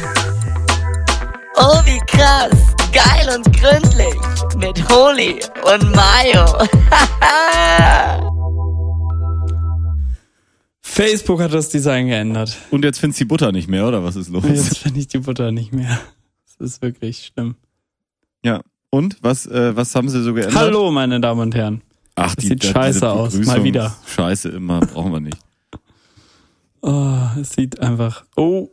Oh, wie krass. Geil und gründlich. Mit Holy und Mayo. Facebook hat das Design geändert. Und jetzt findest du die Butter nicht mehr, oder was ist los? Jetzt finde ich die Butter nicht mehr. Das ist wirklich schlimm. Ja, und? Was haben sie so geändert? Hallo, meine Damen und Herren. Ach, das sieht scheiße aus, mal wieder. Scheiße immer, brauchen wir nicht. Oh, es sieht einfach... Oh,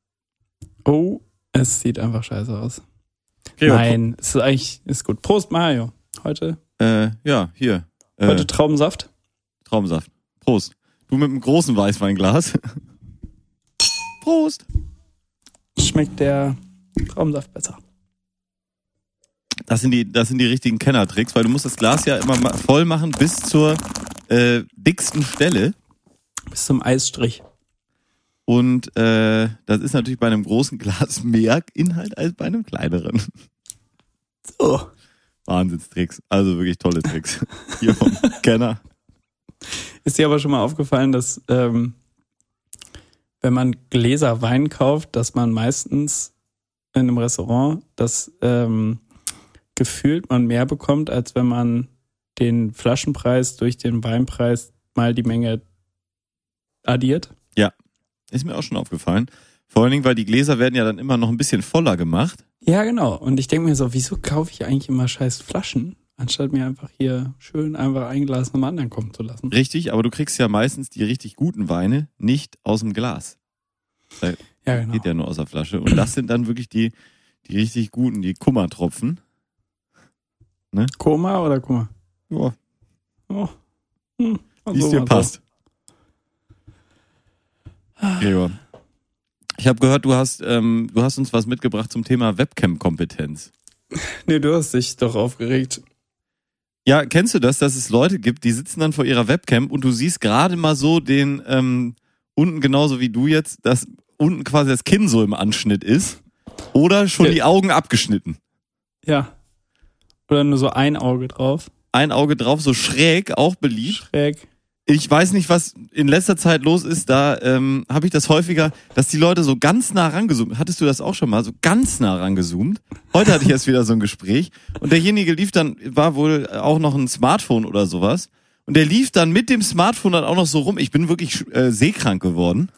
es sieht einfach scheiße aus. Okay, nein, es ist eigentlich... Ist gut. Prost, Mario. Heute? Ja, hier. Heute Traubensaft? Traubensaft. Prost. Du mit einem großen Weißweinglas. Prost. Schmeckt der Traubensaft besser. Das sind die richtigen Kennertricks, weil du musst das Glas ja immer voll machen bis zur dicksten Stelle. Bis zum Eisstrich. Und das ist natürlich bei einem großen Glas mehr Inhalt als bei einem kleineren. So. Wahnsinnstricks. Also wirklich tolle Tricks. Hier vom Kenner. Ist dir aber schon mal aufgefallen, dass wenn man Gläser Wein kauft, dass man meistens in einem Restaurant das gefühlt man mehr bekommt, als wenn man den Flaschenpreis durch den Weinpreis mal die Menge addiert? Ja, ist mir auch schon aufgefallen. Vor allen Dingen, weil die Gläser werden ja dann immer noch ein bisschen voller gemacht. Ja, genau. Und ich denke mir so, wieso kaufe ich eigentlich immer scheiß Flaschen, anstatt mir einfach hier schön einfach ein Glas nach dem anderen kommen zu lassen? Richtig, aber du kriegst ja meistens die richtig guten Weine nicht aus dem Glas. Das ja, genau. Geht ja nur aus der Flasche. Und das sind dann wirklich die richtig guten, die Kummertropfen. Ne? Koma oder Kummer? Ja. Oh. Wie es dir passt. Gregor. Ich habe gehört, du hast uns was mitgebracht zum Thema Webcam-Kompetenz. Nee, du hast dich doch aufgeregt. Ja, kennst du das, dass es Leute gibt, die sitzen dann vor ihrer Webcam und du siehst gerade mal so den unten genauso wie du jetzt, dass unten quasi das Kinn so im Anschnitt ist oder schon die Augen abgeschnitten. Ja. Oder nur so ein Auge drauf. Ein Auge drauf, so schräg, auch beliebt. Schräg. Ich weiß nicht, was in letzter Zeit los ist, da habe ich das häufiger, dass die Leute so ganz nah rangezoomt. Hattest du das auch schon mal? So ganz nah rangezoomt. Heute hatte ich erst wieder so ein Gespräch und derjenige war wohl auch noch ein Smartphone oder sowas und der lief dann mit dem Smartphone dann auch noch so rum. Ich bin wirklich seekrank geworden.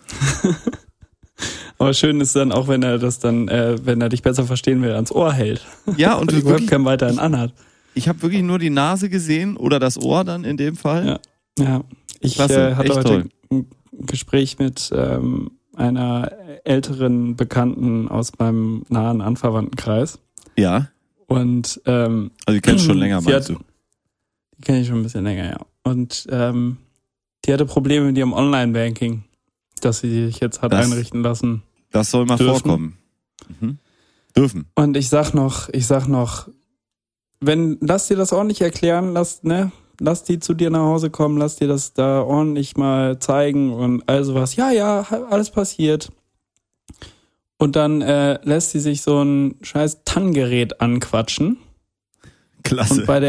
Aber schön ist dann auch, wenn er das dann, wenn er dich besser verstehen will, ans Ohr hält. Ja, und die Webcam weiterhin anhat. Ich habe wirklich nur die Nase gesehen oder das Ohr dann in dem Fall. Ja. Ich hatte heute ein Gespräch mit einer älteren Bekannten aus meinem nahen Anverwandtenkreis. Ja. Und also die kennst du schon länger, meinst du? Die kenne ich schon ein bisschen länger, ja. Und die hatte Probleme mit ihrem Online-Banking, dass sie sich jetzt hat einrichten lassen. Das soll mal vorkommen. Mhm. Dürfen. Und ich sag noch, lass dir das ordentlich erklären, lass die zu dir nach Hause kommen, lass dir das da ordentlich mal zeigen und all sowas. Ja, alles passiert. Und dann lässt sie sich so ein scheiß TAN-Gerät anquatschen. Klasse. Und bei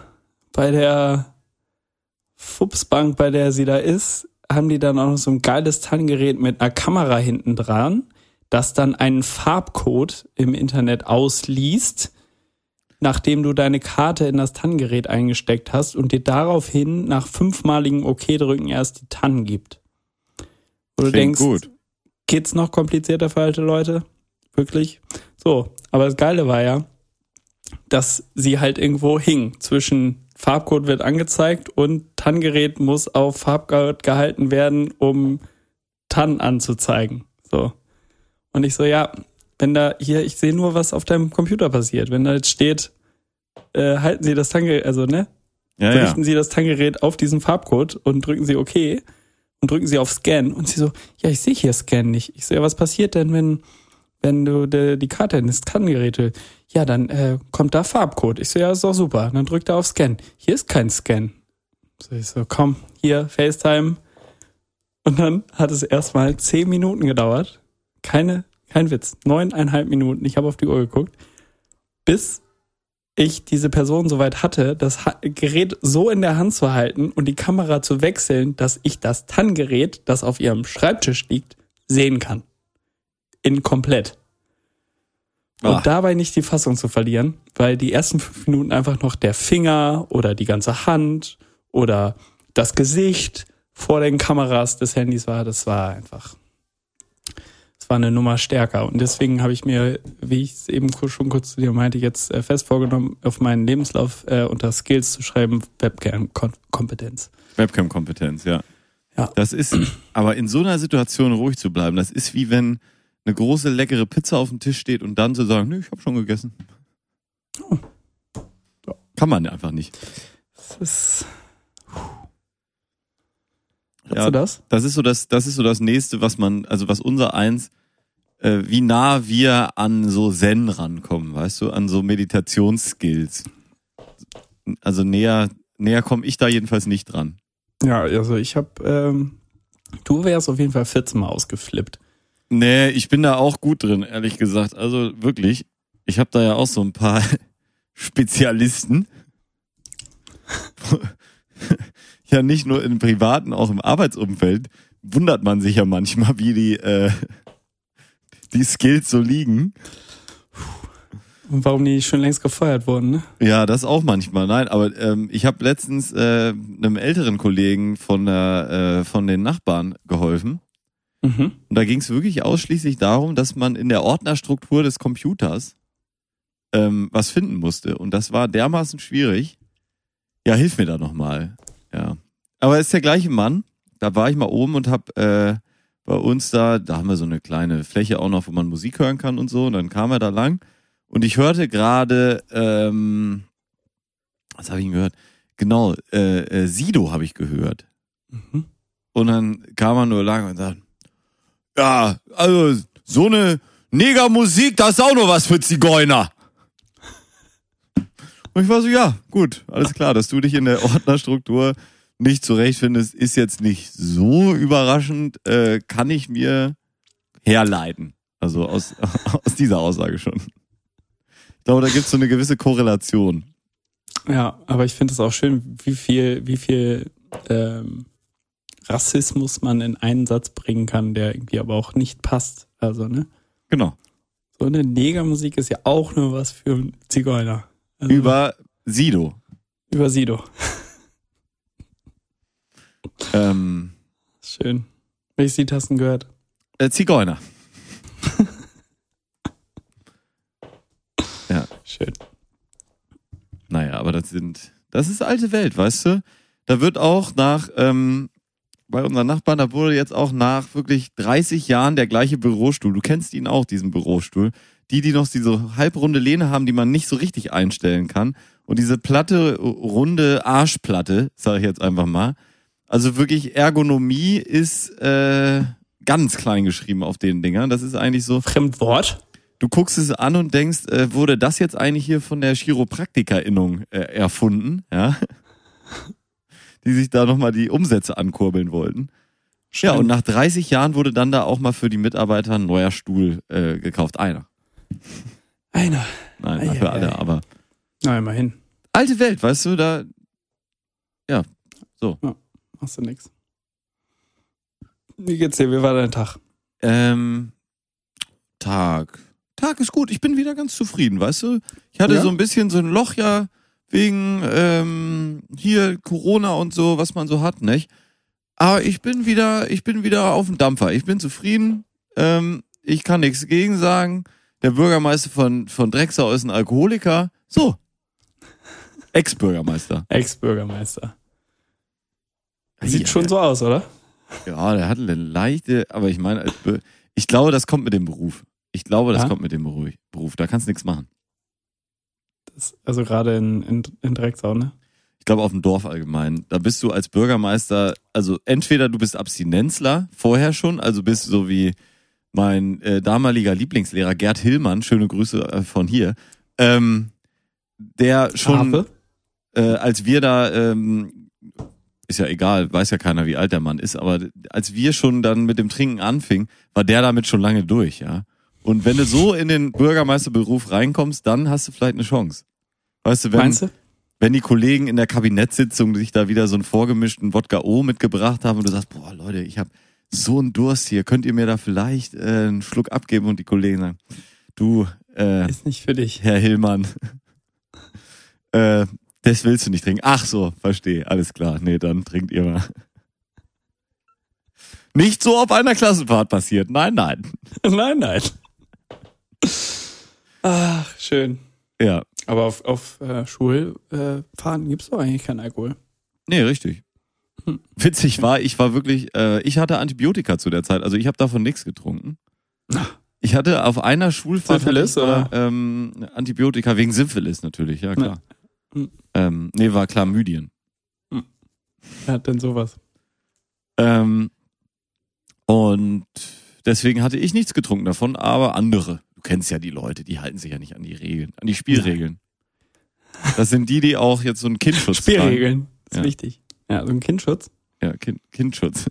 der Fupsbank, bei der sie da ist, haben die dann auch noch so ein geiles TAN-Gerät mit einer Kamera hinten dran, das dann einen Farbcode im Internet ausliest, nachdem du deine Karte in das TAN-Gerät eingesteckt hast und dir daraufhin nach 5-maligem OK-Drücken erst die TAN gibt. Wo du denkst, gut. Geht's noch komplizierter für alte Leute? Wirklich? So, aber das Geile war ja, dass sie halt irgendwo hing. Zwischen Farbcode wird angezeigt und TAN-Gerät muss auf Farbcode gehalten werden, um TAN anzuzeigen. So. Und ich so, ja, wenn da hier, ich sehe nur, was auf deinem Computer passiert. Wenn da jetzt steht, halten Sie das TAN-Gerät, richten Sie das TAN-Gerät auf diesen Farbcode und drücken Sie OK und drücken Sie auf Scan. Und sie so, ja, ich sehe hier Scan nicht. Ich so, ja, was passiert denn, wenn du die Karte in das TAN-Gerät, ja, dann kommt da Farbcode. Ich so, ja, ist doch super. Dann drückt er auf Scan. Hier ist kein Scan. So, ich so, komm, hier, FaceTime. Und dann hat es erstmal 10 Minuten gedauert. Kein Witz. 9,5 Minuten. Ich habe auf die Uhr geguckt. Bis ich diese Person soweit hatte, das Gerät so in der Hand zu halten und die Kamera zu wechseln, dass ich das TAN-Gerät, das auf ihrem Schreibtisch liegt, sehen kann. In komplett. Und dabei nicht die Fassung zu verlieren, weil die ersten 5 Minuten einfach noch der Finger oder die ganze Hand oder das Gesicht vor den Kameras des Handys war, das war eine Nummer stärker. Und deswegen habe ich mir, wie ich es eben schon kurz zu dir meinte, jetzt fest vorgenommen, auf meinen Lebenslauf unter Skills zu schreiben, Webcam-Kompetenz. Webcam-Kompetenz, ja. Ja. Das ist, aber in so einer Situation ruhig zu bleiben, das ist wie wenn eine große, leckere Pizza auf dem Tisch steht und dann zu sagen, nö, ich habe schon gegessen. Oh. Ja. Kann man einfach nicht. Das ist... Ja, das ist so das Nächste, was unser Eins, wie nah wir an so Zen rankommen, weißt du, an so Meditationsskills. Also näher komme ich da jedenfalls nicht dran. Ja, also ich habe, du wärst auf jeden Fall 14 Mal ausgeflippt. Nee, ich bin da auch gut drin, ehrlich gesagt. Also wirklich, ich habe da ja auch so ein paar Spezialisten. Ja, nicht nur im Privaten, auch im Arbeitsumfeld wundert man sich ja manchmal, wie die Skills so liegen. Und warum die schon längst gefeuert wurden, ne? Ja, das auch manchmal. Nein, aber ich habe letztens einem älteren Kollegen von den Nachbarn geholfen. Mhm. Und da ging es wirklich ausschließlich darum, dass man in der Ordnerstruktur des Computers was finden musste. Und das war dermaßen schwierig. Ja, hilf mir da nochmal. Ja. Aber es ist der gleiche Mann. Da war ich mal oben und hab bei uns da haben wir so eine kleine Fläche auch noch, wo man Musik hören kann und so. Und dann kam er da lang. Und ich hörte gerade, was habe ich denn gehört? Genau, Sido habe ich gehört. Mhm. Und dann kam er nur lang und sagt, ja, also so eine Negermusik, das ist auch nur was für Zigeuner. Und ich war so, ja, gut, alles klar, dass du dich in der Ordnerstruktur nicht zurechtfindest, ist jetzt nicht so überraschend, kann ich mir herleiten. Also aus dieser Aussage schon. Ich glaube, da gibt es so eine gewisse Korrelation. Ja, aber ich finde es auch schön, wie viel Rassismus man in einen Satz bringen kann, der irgendwie aber auch nicht passt. Also, ne? Genau. So eine Negermusik ist ja auch nur was für Zigeuner. Also, Über Sido. Über Sido. Schön. Welches Lied hast du denn gehört? Zigeuner. Ja. Schön. Naja, aber das ist alte Welt, weißt du? Da wird auch bei unseren Nachbarn, da wurde jetzt auch nach wirklich 30 Jahren der gleiche Bürostuhl, du kennst ihn auch, diesen Bürostuhl, die noch diese halbrunde Lehne haben, die man nicht so richtig einstellen kann und diese platte, runde Arschplatte, sage ich jetzt einfach mal, also wirklich Ergonomie ist ganz klein geschrieben auf den Dingern, das ist eigentlich so... Fremdwort? Du guckst es an und denkst, wurde das jetzt eigentlich hier von der Chiropraktikerinnung erfunden, ja? Die sich da nochmal die Umsätze ankurbeln wollten. Schön. Ja, und nach 30 Jahren wurde dann da auch mal für die Mitarbeiter ein neuer Stuhl gekauft. Einer. Einer. Nein, für alle, aber... Na, immerhin. Alte Welt, weißt du, da... Ja, so. Ja, machst du nix. Wie geht's dir? Wie war dein Tag? Tag ist gut, ich bin wieder ganz zufrieden, weißt du? Ich hatte so ein bisschen so ein Loch ja wegen hier Corona und so, was man so hat, nicht? Aber ich bin wieder auf dem Dampfer. Ich bin zufrieden. Ich kann nichts gegen sagen. Der Bürgermeister von Drecksau ist ein Alkoholiker. So. Ex-Bürgermeister. Sieht schon so aus, oder? Ja, der hat eine leichte, aber ich meine, ich glaube, das kommt mit dem Beruf. Kommt mit dem Beruf. Da kannst du nichts machen. Also gerade in Drecksau, ne? Ich glaube auf dem Dorf allgemein. Da bist du als Bürgermeister, also entweder du bist Abstinenzler, vorher schon, also bist so wie mein damaliger Lieblingslehrer Gerd Hillmann, schöne Grüße von hier, der schon, als wir da, ist ja egal, weiß ja keiner, wie alt der Mann ist, aber als wir schon dann mit dem Trinken anfingen, war der damit schon lange durch, ja. Und wenn du so in den Bürgermeisterberuf reinkommst, dann hast du vielleicht eine Chance. Weißt du, Meinst du? Wenn die Kollegen in der Kabinettssitzung sich da wieder so einen vorgemischten Wodka-O mitgebracht haben und du sagst, boah Leute, ich habe so einen Durst hier, könnt ihr mir da vielleicht einen Schluck abgeben? Und die Kollegen sagen, du, Ist nicht für dich. Herr Hillmann. Das willst du nicht trinken. Ach so, verstehe. Alles klar. Nee, dann trinkt ihr mal. Nicht so auf einer Klassenfahrt passiert. Nein, nein. Nein. Ach, schön. Ja. Aber auf Schulfahrten gibt's doch eigentlich keinen Alkohol. Nee, richtig. Witzig war, ich hatte Antibiotika zu der Zeit. Also ich habe davon nichts getrunken. Ich hatte auf einer Schulfahrt Syphilis, Antibiotika wegen Syphilis natürlich, ja klar. Ja. War Chlamydien. Wer hat denn sowas? Und deswegen hatte ich nichts getrunken davon, aber andere. Du kennst ja die Leute, die halten sich ja nicht an die Regeln, an die Spielregeln. Das sind die auch jetzt so einen Kindschutz Spielregeln, ist ja. wichtig. Ja, so ein Kindschutz. Ja, Kindschutz.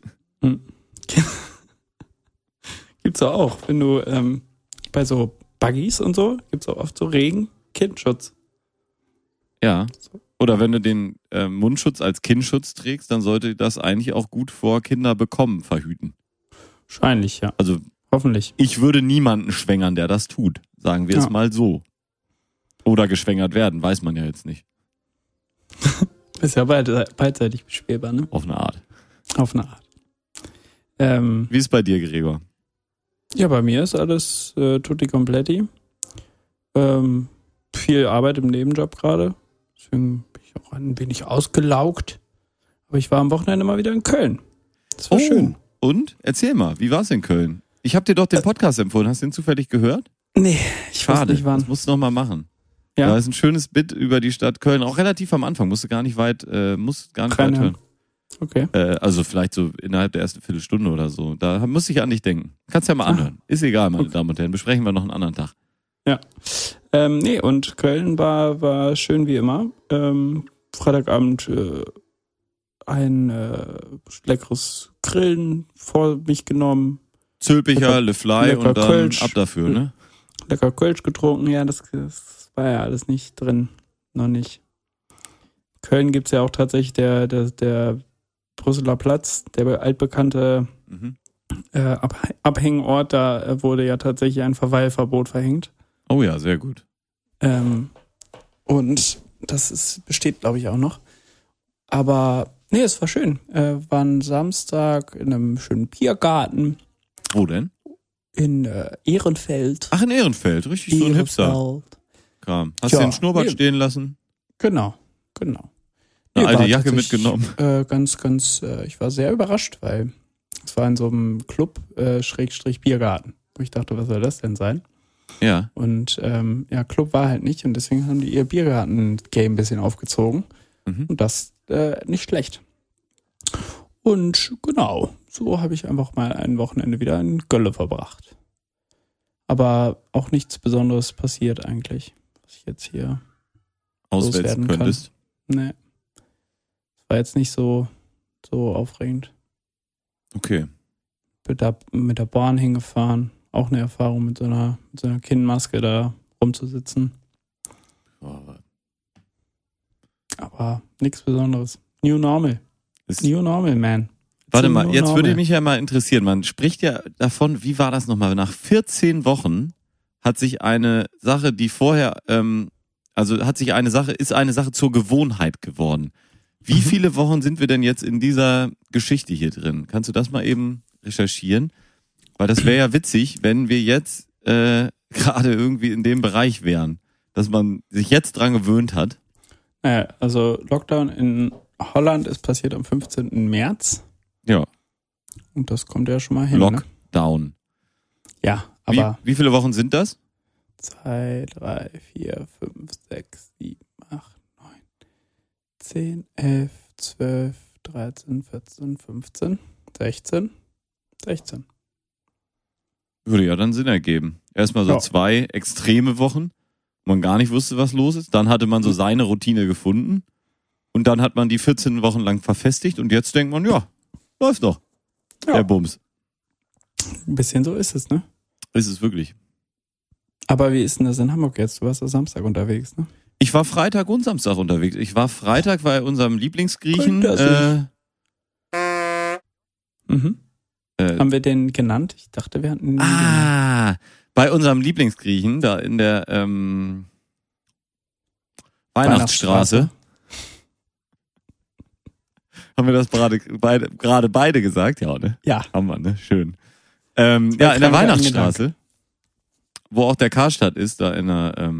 Gibt's auch, wenn du bei so Buggies und so, gibt's auch oft so Kindschutz. Ja. Oder wenn du den Mundschutz als Kindschutz trägst, dann sollte das eigentlich auch gut vor Kinder bekommen verhüten. Wahrscheinlich, ja. Also hoffentlich. Ich würde niemanden schwängern, der das tut. Sagen wir es mal so. Oder geschwängert werden, weiß man ja jetzt nicht. Ist ja beidseitig bespielbar, ne? Auf eine Art. Auf eine Art. Wie ist bei dir, Gregor? Ja, bei mir ist alles tutti completi. Viel Arbeit im Nebenjob gerade. Deswegen bin ich auch ein wenig ausgelaugt. Aber ich war am Wochenende mal wieder in Köln. Das war schön. Und? Erzähl mal, wie war es in Köln? Ich habe dir doch den Podcast empfohlen. Hast du den zufällig gehört? Nee, ich weiß nicht wann. Das musst du noch mal machen. Ja. Da ist ein schönes Bit über die Stadt Köln. Auch relativ am Anfang. Musst gar nicht weit hören. Okay. Also vielleicht so innerhalb der ersten Viertelstunde oder so. Da muss ich an dich denken. Kannst ja mal anhören. Ist egal, meine Damen und Herren. Besprechen wir noch einen anderen Tag. Ja. Und Köln war schön wie immer. Freitagabend ein leckeres Grillen vor mich genommen. Zülpicher, Le Fly und dann Kölsch, ab dafür, ne? Lecker Kölsch getrunken, ja, das war ja alles nicht drin. Noch nicht. Köln gibt's ja auch tatsächlich der Brüsseler Platz, der altbekannte Abhängort, da wurde ja tatsächlich ein Verweilverbot verhängt. Oh ja, sehr gut. Und das besteht, glaube ich, auch noch. Aber nee, es war schön. War ein Samstag in einem schönen Biergarten. Wo denn? In Ehrenfeld. Ach, in Ehrenfeld, richtig so ein Hipster-Kram. Hast du den Schnurrbart stehen lassen? Genau. Eine alte Jacke mitgenommen. Ich war sehr überrascht, weil es war in so einem Club Biergarten, wo ich dachte, was soll das denn sein? Ja. Und Club war halt nicht und deswegen haben die ihr Biergarten-Game ein bisschen aufgezogen. Und das nicht schlecht. Und genau, so habe ich einfach mal ein Wochenende wieder in Gölle verbracht. Aber auch nichts Besonderes passiert eigentlich, was ich jetzt hier auswälzen könntest. Nee. War jetzt nicht so aufregend. Okay. Mit der Bahn hingefahren. Auch eine Erfahrung, mit so einer Kinnmaske da rumzusitzen. Aber nichts Besonderes. New Normal. New Normal, man. Warte mal, jetzt würde mich ja mal interessieren. Man spricht ja davon, wie war das nochmal? Nach 14 Wochen hat sich eine Sache, die vorher, ist eine Sache zur Gewohnheit geworden. Wie viele Wochen sind wir denn jetzt in dieser Geschichte hier drin? Kannst du das mal eben recherchieren? Weil das wäre ja witzig, wenn wir jetzt gerade irgendwie in dem Bereich wären, dass man sich jetzt dran gewöhnt hat. Also Lockdown in Holland ist passiert am 15. März. Ja. Und das kommt ja schon mal hin. Lockdown. Ne? Ja, aber... Wie viele Wochen sind das? 2, 3, 4, 5, 6, 7, 8, 9, 10, 11, 12, 13, 14, 15, 16. Würde ja dann Sinn ergeben. Erstmal so 2 extreme Wochen, wo man gar nicht wusste, was los ist. Dann hatte man so seine Routine gefunden. Und dann hat man die 14 Wochen lang verfestigt. Und jetzt denkt man, ja, läuft doch. Ja. Der Bums. Ein bisschen so ist es, ne? Ist es wirklich. Aber wie ist denn das in Hamburg jetzt? Du warst ja Samstag unterwegs, ne? Ich war Freitag und Samstag unterwegs. Ich war Freitag bei unserem Lieblingsgriechen. Haben wir den genannt? Ich dachte, wir hatten ihn genannt. Bei unserem Lieblingsgriechen, da in der Weihnachtsstraße. Haben wir das gerade beide gesagt? Ja, ne? Ja. Haben wir, ne? Schön. Ja, in der Weihnachtsstraße, wo auch der Karstadt ist, da in der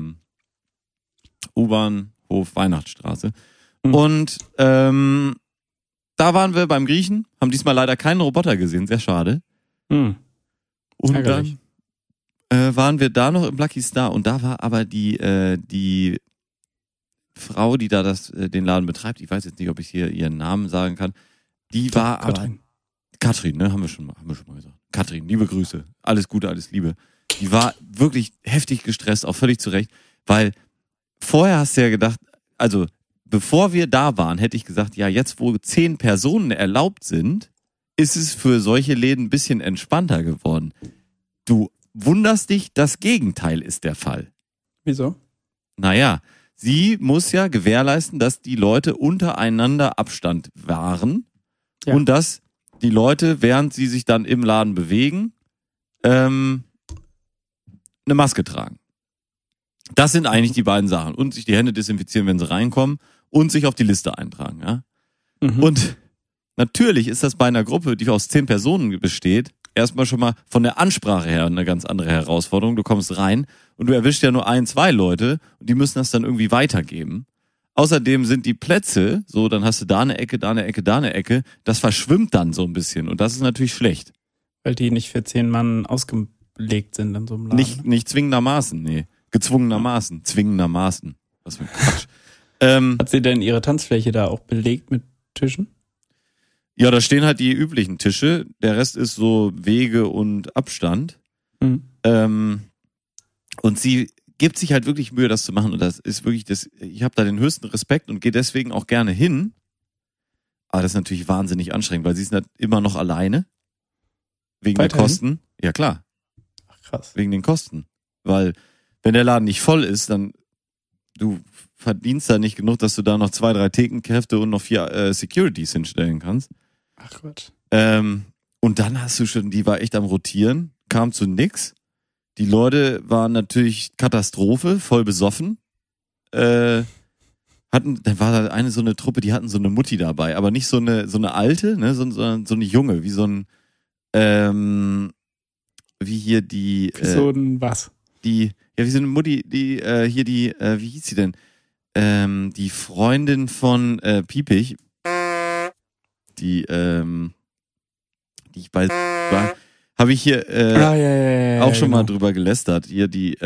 U-Bahnhof Weihnachtsstraße. Mhm. Und da waren wir beim Griechen, haben diesmal leider keinen Roboter gesehen, sehr schade. Mhm. Und Ärgerlich. dann waren wir da noch im Lucky Star und da war aber die Frau, die da den Laden betreibt, ich weiß jetzt nicht, ob ich hier ihren Namen sagen kann, die war Katrin. aber Katrin, ne, haben wir schon mal gesagt. Katrin, liebe Grüße, alles Gute, alles Liebe. Die war wirklich heftig gestresst, auch völlig zu Recht, weil vorher hast du ja gedacht, also bevor wir da waren, hätte ich gesagt, ja, jetzt wo 10 Personen erlaubt sind, ist es für solche Läden ein bisschen entspannter geworden. Du wunderst dich, das Gegenteil ist der Fall. Wieso? Naja, sie muss ja gewährleisten, dass die Leute untereinander Abstand wahren Ja. und dass die Leute, während sie sich dann im Laden bewegen, eine Maske tragen. Das sind eigentlich die beiden Sachen. Und sich die Hände desinfizieren, wenn sie reinkommen und sich auf die Liste eintragen. Ja? Mhm. Und natürlich ist das bei einer Gruppe, die aus 10 Personen besteht, erstmal schon mal von der Ansprache her eine ganz andere Herausforderung. Du kommst rein und du erwischst ja nur 1, 2 Leute und die müssen das dann irgendwie weitergeben. Außerdem sind die Plätze, so dann hast du da eine Ecke, da eine Ecke, da eine Ecke, das verschwimmt dann so ein bisschen und das ist natürlich schlecht. Weil die nicht für 10 Mann ausgelegt sind in so einem Laden. Nicht zwingendermaßen, nee. Gezwungenermaßen, zwingendermaßen. Was für ein Quatsch. Hat sie denn ihre Tanzfläche da auch belegt mit Tischen? Ja, da stehen halt die üblichen Tische. Der Rest ist so Wege und Abstand. Mhm. Und sie gibt sich halt wirklich Mühe, das zu machen. Und das ist wirklich ich habe da den höchsten Respekt und gehe deswegen auch gerne hin. Aber das ist natürlich wahnsinnig anstrengend, weil sie ist immer noch alleine. Wegen Weiterhin? der Kosten. Ja, klar. Ach, krass. Wegen den Kosten. Weil, wenn der Laden nicht voll ist, dann du verdienst da nicht genug, dass du da noch 2, 3 Thekenkräfte und noch 4 Securities hinstellen kannst. Ach Gott. Und dann hast du schon, die war echt am Rotieren, kam zu nix. Die Leute waren natürlich Katastrophe, voll besoffen. Dann war da so eine Truppe, die hatten so eine Mutti dabei, aber nicht so eine alte, ne, sondern so eine junge, wie so ein, wie hier die, So ein was? wie so eine Mutti, wie hieß sie denn? Die Freundin von Piepich, die ich bei war, habe ich hier auch schon mal drüber gelästert. Hier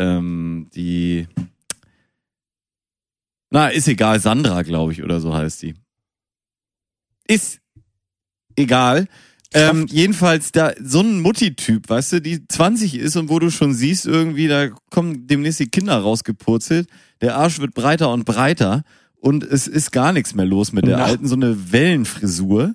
ist egal, Sandra, glaube ich, oder so heißt die. Ist egal. Jedenfalls da so ein Mutti-Typ, weißt du, die 20 ist und wo du schon siehst irgendwie, da kommen demnächst die Kinder rausgepurzelt, der Arsch wird breiter und breiter und es ist gar nichts mehr los mit der alten, so eine Wellenfrisur.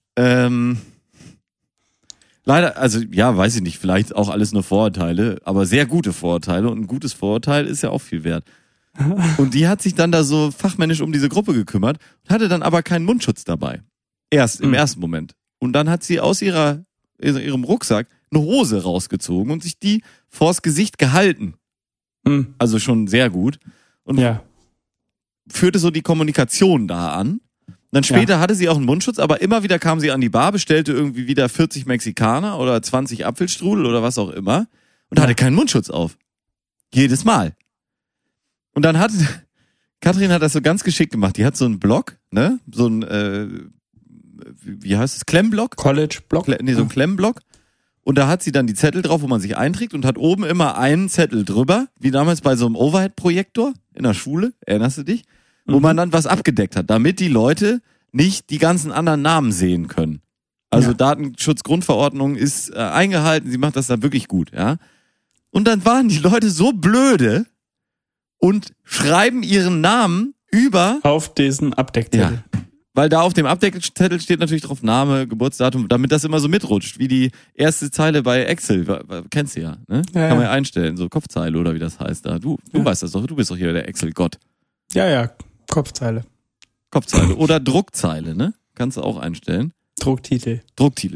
Leider, also ja, weiß ich nicht, vielleicht auch alles nur Vorurteile, aber sehr gute Vorurteile und ein gutes Vorurteil ist ja auch viel wert. Und die hat sich dann da so fachmännisch um diese Gruppe gekümmert, hatte dann aber keinen Mundschutz dabei. Erst im ersten Moment. Und dann hat sie aus ihrem Rucksack eine Hose rausgezogen und sich die vors Gesicht gehalten. Mhm. Also schon sehr gut. Und führte so die Kommunikation da an. Dann später hatte sie auch einen Mundschutz, aber immer wieder kam sie an die Bar, bestellte irgendwie wieder 40 Mexikaner oder 20 Apfelstrudel oder was auch immer und hatte keinen Mundschutz auf. Jedes Mal. Und dann Katrin hat das so ganz geschickt gemacht. Die hat so einen Block, ne? So ein, wie heißt es? Klemmblock? College-Block? So ein Klemmblock. Und da hat sie dann die Zettel drauf, wo man sich einträgt und hat oben immer einen Zettel drüber, wie damals bei so einem Overhead-Projektor in der Schule, erinnerst du dich? Wo man dann was abgedeckt hat, damit die Leute nicht die ganzen anderen Namen sehen können. Also Datenschutzgrundverordnung ist eingehalten, sie macht das dann wirklich gut, ja. Und dann waren die Leute so blöde und schreiben ihren Namen auf diesen Abdeckzettel. Ja. Weil da auf dem Abdeckzettel steht natürlich drauf Name, Geburtsdatum, damit das immer so mitrutscht, wie die erste Zeile bei Excel. Kennst du ja, ne? Ja, Kann man ja einstellen, so Kopfzeile oder wie das heißt da. Du weißt das doch, du bist doch hier der Excel-Gott. Ja, Kopfzeile. Kopfzeile oder Druckzeile, ne? Kannst du auch einstellen. Drucktitel.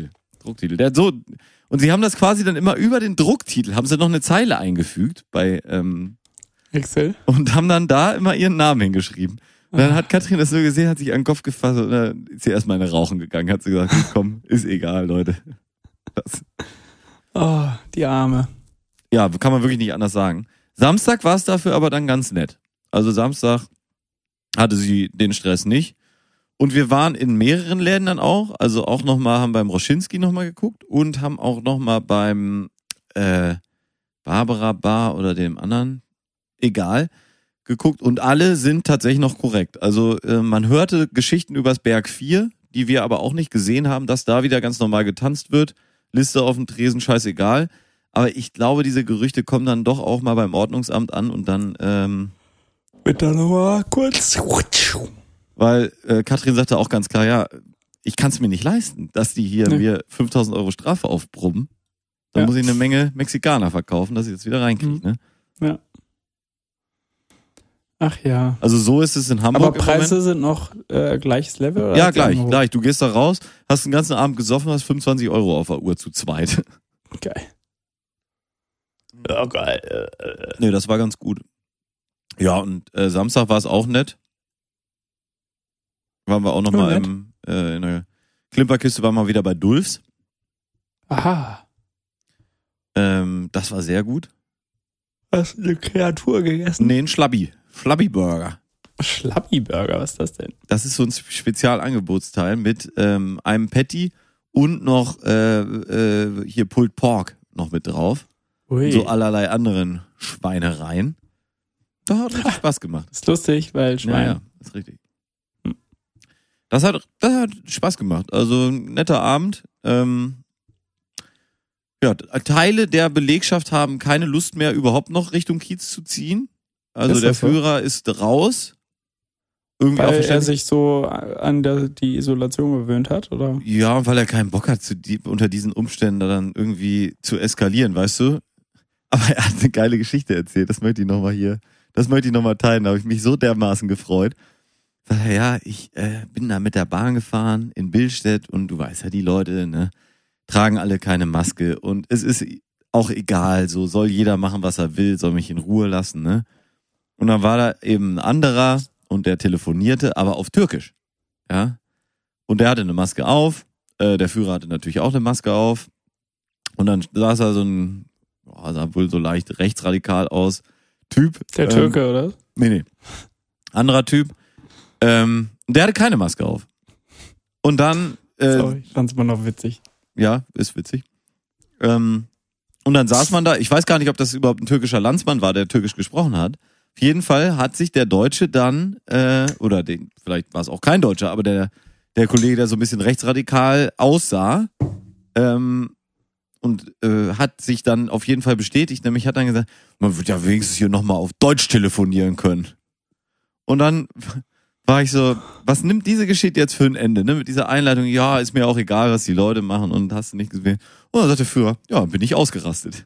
Drucktitel. Der hat so, und sie haben das quasi dann immer über den Drucktitel, haben sie noch eine Zeile eingefügt bei Excel. und haben dann da immer ihren Namen hingeschrieben. Und dann hat Katrin das so gesehen, hat sich an den Kopf gefasst und dann ist sie erstmal in eine Rauchen gegangen, hat sie gesagt, komm, ist egal, Leute. Das. Oh, die Arme. Ja, kann man wirklich nicht anders sagen. Samstag war es dafür aber dann ganz nett. Also Samstag hatte sie den Stress nicht. Und wir waren in mehreren Läden dann auch. Also auch nochmal, haben beim Roschinski nochmal geguckt und haben auch nochmal beim Barbara Bar oder dem anderen, egal, geguckt. Und alle sind tatsächlich noch korrekt. Also man hörte Geschichten übers Berg 4, die wir aber auch nicht gesehen haben, dass da wieder ganz normal getanzt wird. Liste auf dem Tresen, scheißegal. Aber ich glaube, diese Gerüchte kommen dann doch auch mal beim Ordnungsamt an und dann Wird da nochmal kurz. weil Katrin sagte auch ganz klar, ja, ich kann es mir nicht leisten, dass die hier mir 5.000 Euro Strafe aufbrummen. Dann muss ich eine Menge Mexikaner verkaufen, dass ich das wieder reinkriege. Ne? Ja. Ach ja. Also so ist es in Hamburg. Aber Preise sind noch gleiches Level? Oder Ja, gleich. Du gehst da raus, hast den ganzen Abend gesoffen, hast 25 Euro auf der Uhr zu zweit. Geil. Ja, geil. Nee, das war ganz gut. Ja, und Samstag war es auch nett. Waren wir auch nochmal in der Klimperkiste, waren wir wieder bei Dulfs. Aha. Das war sehr gut. Hast du eine Kreatur gegessen? Nee, ein Schlabbi-Burger. Schlabbi-Burger, was ist das denn? Das ist so ein Spezialangebotsteil mit einem Patty und noch hier Pulled Pork noch mit drauf. Ui. So allerlei anderen Schweinereien. Das hat richtig Spaß gemacht. Ist lustig, weil Schwein. Ja, ist richtig. Das hat Spaß gemacht. Also ein netter Abend. Ja, Teile der Belegschaft haben keine Lust mehr, überhaupt noch Richtung Kiez zu ziehen. Also Ist der das so? Führer ist raus. Irgendwie Weil auch er sich so an die Isolation gewöhnt hat, oder? Ja, weil er keinen Bock hat, unter diesen Umständen da dann irgendwie zu eskalieren, weißt du? Aber er hat eine geile Geschichte erzählt. Das möchte ich nochmal teilen. Da habe ich mich so dermaßen gefreut. Sagt er, ja, ich bin da mit der Bahn gefahren in Billstedt und du weißt ja, die Leute, ne, tragen alle keine Maske und es ist auch egal, so soll jeder machen, was er will, soll mich in Ruhe lassen, ne? Und dann war da eben ein anderer und der telefonierte, aber auf Türkisch, ja? Und der hatte eine Maske auf, der Führer hatte natürlich auch eine Maske auf und dann saß da so ein, sah wohl so leicht rechtsradikal aus, Typ. Der Türke, oder? Nee. Anderer Typ. Der hatte keine Maske auf. Und dann Sorry, ich fand's immer noch witzig. ja, ist witzig. Und dann saß man da, ich weiß gar nicht, ob das überhaupt ein türkischer Landsmann war, der türkisch gesprochen hat. Auf jeden Fall hat sich der Deutsche dann, vielleicht war es auch kein Deutscher, aber der Kollege, der so ein bisschen rechtsradikal aussah, und hat sich dann auf jeden Fall bestätigt, nämlich hat dann gesagt, man wird ja wenigstens hier nochmal auf Deutsch telefonieren können. Und dann war ich so, was nimmt diese Geschichte jetzt für ein Ende, ne? Mit dieser Einleitung, ja, ist mir auch egal, was die Leute machen und hast du nicht gesehen. Und dann sagt der Führer, ja, bin ich ausgerastet.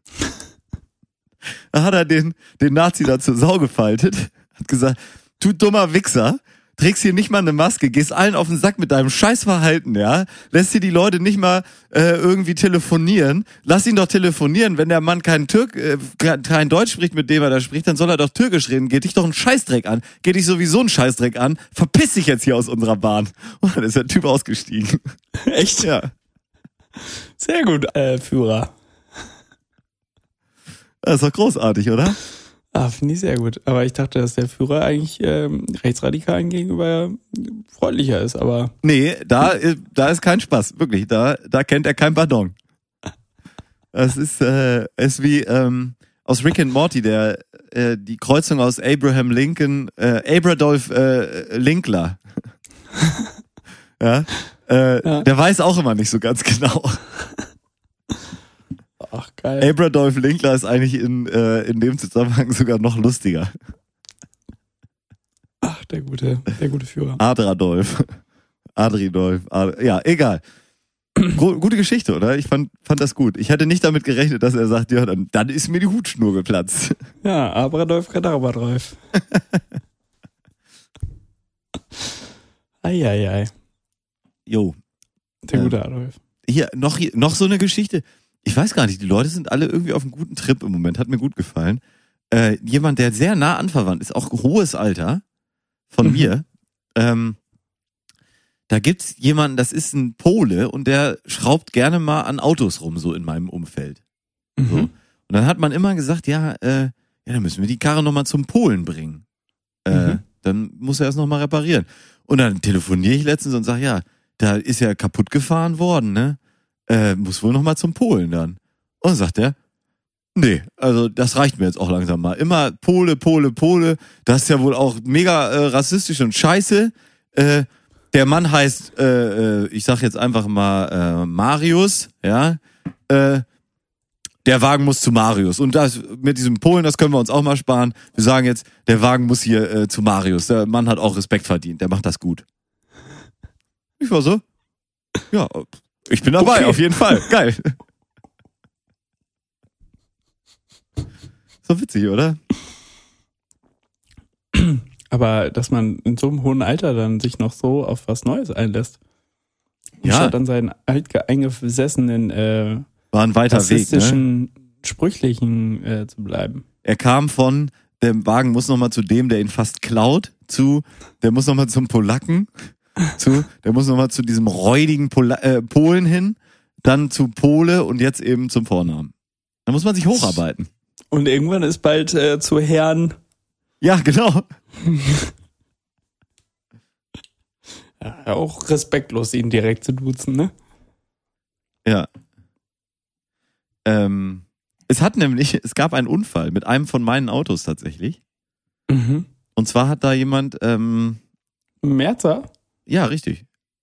Da hat er den Nazi da zur Sau gefaltet, hat gesagt, du dummer Wichser, trägst hier nicht mal eine Maske, gehst allen auf den Sack mit deinem Scheißverhalten, ja? Lässt hier die Leute nicht mal irgendwie telefonieren. Lass ihn doch telefonieren. Wenn der Mann kein Deutsch spricht, mit dem er da spricht, dann soll er doch Türkisch reden. Geht dich doch einen Scheißdreck an. Geht dich sowieso einen Scheißdreck an. Verpiss dich jetzt hier aus unserer Bahn. Und dann ist der Typ ausgestiegen. Echt? Ja. Sehr gut, Führer. Das ist doch großartig, oder? Ah, finde ich sehr gut. Aber ich dachte, dass der Führer eigentlich Rechtsradikalen gegenüber freundlicher ist, aber. Nee, da ist kein Spaß. Wirklich, da kennt er kein Pardon. Das ist wie aus Rick and Morty, die Kreuzung aus Abraham Lincoln, Abradolf Linkler. Ja, der weiß auch immer nicht so ganz genau. Ach, geil. Abradolf Linkler ist eigentlich in dem Zusammenhang sogar noch lustiger. Ach, der gute Führer. Adradolf. Ja, egal. Gute Geschichte, oder? Ich fand das gut. Ich hätte nicht damit gerechnet, dass er sagt, ja, dann ist mir die Hutschnur geplatzt. Ja, Abradolf Kadabradolf. Eieiei. Jo. Der gute Adolf. hier noch so eine Geschichte. Ich weiß gar nicht, die Leute sind alle irgendwie auf einem guten Trip im Moment, hat mir gut gefallen. Jemand, der sehr nah anverwandt ist, auch hohes Alter von mir. Da gibt's jemanden, das ist ein Pole und der schraubt gerne mal an Autos rum, so in meinem Umfeld. So. Und dann hat man immer gesagt, dann müssen wir die Karre nochmal zum Polen bringen. Dann muss er es nochmal reparieren. Und dann telefoniere ich letztens und sage, ja, da ist ja kaputt gefahren worden, ne? Muss wohl nochmal zum Polen dann. Und dann sagt er, nee, also das reicht mir jetzt auch langsam mal. Immer Pole. Das ist ja wohl auch mega rassistisch und scheiße. Der Mann heißt, ich sag jetzt einfach mal Marius, ja. Der Wagen muss zu Marius. Und das mit diesem Polen, das können wir uns auch mal sparen. Wir sagen jetzt, der Wagen muss hier zu Marius. Der Mann hat auch Respekt verdient. Der macht das gut. Ich war so, ja, ich bin dabei, auf jeden Fall. Geil. So witzig, oder? Aber dass man in so einem hohen Alter dann sich noch so auf was Neues einlässt. Statt an seinen alteingesessenen war ein weiter Weg, ne? Sprüchlichen zu bleiben. Er kam von, der Wagen muss nochmal zu dem, der ihn fast klaut, zu, der muss nochmal zum Polacken, der muss nochmal zu diesem räudigen Polen hin, dann zu Pole und jetzt eben zum Vornamen. Da muss man sich hocharbeiten. Und irgendwann ist bald zu Herrn. Ja, genau. Ja, auch respektlos, ihn direkt zu duzen, ne? Ja. Es gab einen Unfall mit einem von meinen Autos tatsächlich. Und zwar hat da jemand, Merzer? Ja, richtig.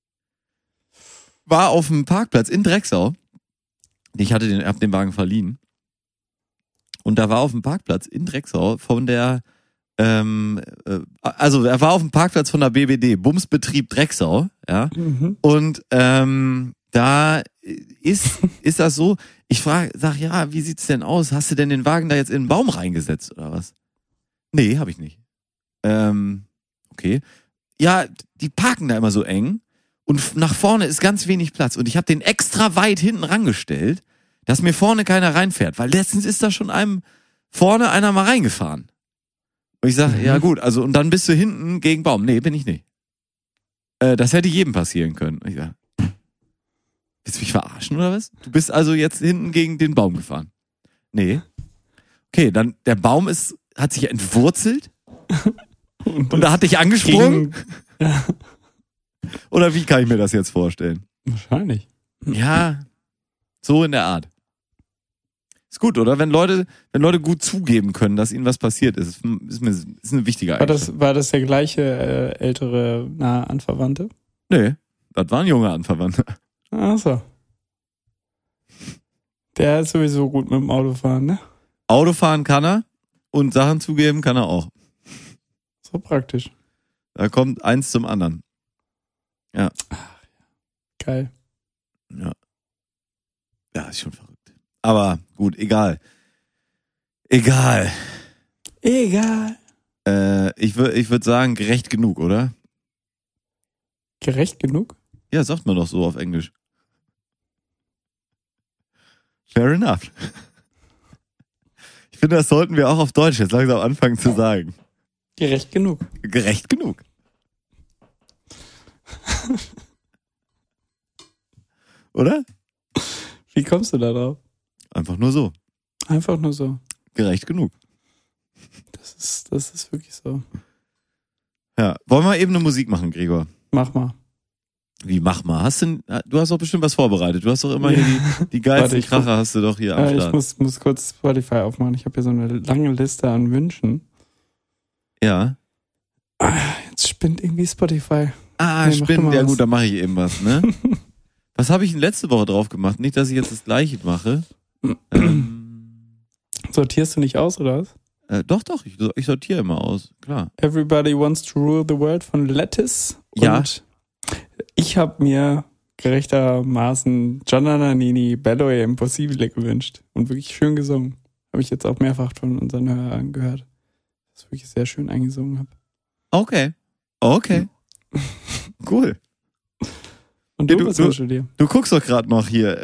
War auf dem Parkplatz in Drecksau. Ich hab den Wagen verliehen. Und da war auf dem Parkplatz in Drecksau von der, also er war auf dem Parkplatz von der BBD, Bumsbetrieb Drecksau, ja. Und da ist das so, ich sag, ja, wie sieht's denn aus? Hast du denn den Wagen da jetzt in den Baum reingesetzt oder was? Nee, hab ich nicht. Okay. Ja, die parken da immer so eng und nach vorne ist ganz wenig Platz und ich habe den extra weit hinten rangestellt, dass mir vorne keiner reinfährt, weil letztens ist da schon vorne einer mal reingefahren. Und ich sage, ja gut, also und dann bist du hinten gegen Baum. Nee, bin ich nicht. Das hätte jedem passieren können. Und ich sage, willst du mich verarschen oder was? Du bist also jetzt hinten gegen den Baum gefahren. Nee. Okay, dann der Baum hat sich entwurzelt und da hat dich angesprungen. Oder wie kann ich mir das jetzt vorstellen? Wahrscheinlich. Ja, so in der Art. Ist gut, oder? Wenn Leute gut zugeben können, dass ihnen was passiert ist eine wichtige Eigenschaft. War das der gleiche ältere nahe Anverwandte? Nee, das waren junge Anverwandte. Ach so. Der ist sowieso gut mit dem Autofahren, ne? Autofahren kann er und Sachen zugeben kann er auch. So praktisch. Da kommt eins zum anderen. Ja. Ach, geil. Ja. Ja, ist schon verrückt. Aber gut, egal. Ich würde sagen, gerecht genug, oder? Gerecht genug? Ja, sagt man doch so auf Englisch. Fair enough. Ich finde, das sollten wir auch auf Deutsch jetzt langsam anfangen zu sagen. Gerecht genug. Gerecht genug. Oder? Wie kommst du da drauf? Einfach nur so. Einfach nur so. Gerecht genug. Das ist wirklich so. Ja, wollen wir eben eine Musik machen, Gregor? Mach mal. Wie, mach mal? Du hast doch bestimmt was vorbereitet. Du hast doch immer hier die geilsten Kracher hast du doch hier am Start. Ich muss kurz Spotify aufmachen. Ich habe hier so eine lange Liste an Wünschen. Ja. Jetzt spinnt irgendwie Spotify. Spinnt. Ja gut, dann mache ich eben was, ne? Was habe ich denn letzte Woche drauf gemacht? Nicht, dass ich jetzt das Gleiche mache. Sortierst du nicht aus, oder was? Doch, ich sortiere immer aus, klar. Everybody Wants to Rule the World von Lettuce. Ja. Und ich habe mir gerechtermaßen Gianna Nannini Bello e Impossibile gewünscht. Und wirklich schön gesungen. Habe ich jetzt auch mehrfach von unseren Hörern gehört. Dass ich wirklich sehr schön eingesungen habe. Okay. Cool. Und Ja, du, was wünschst du dir? Du guckst doch gerade noch hier,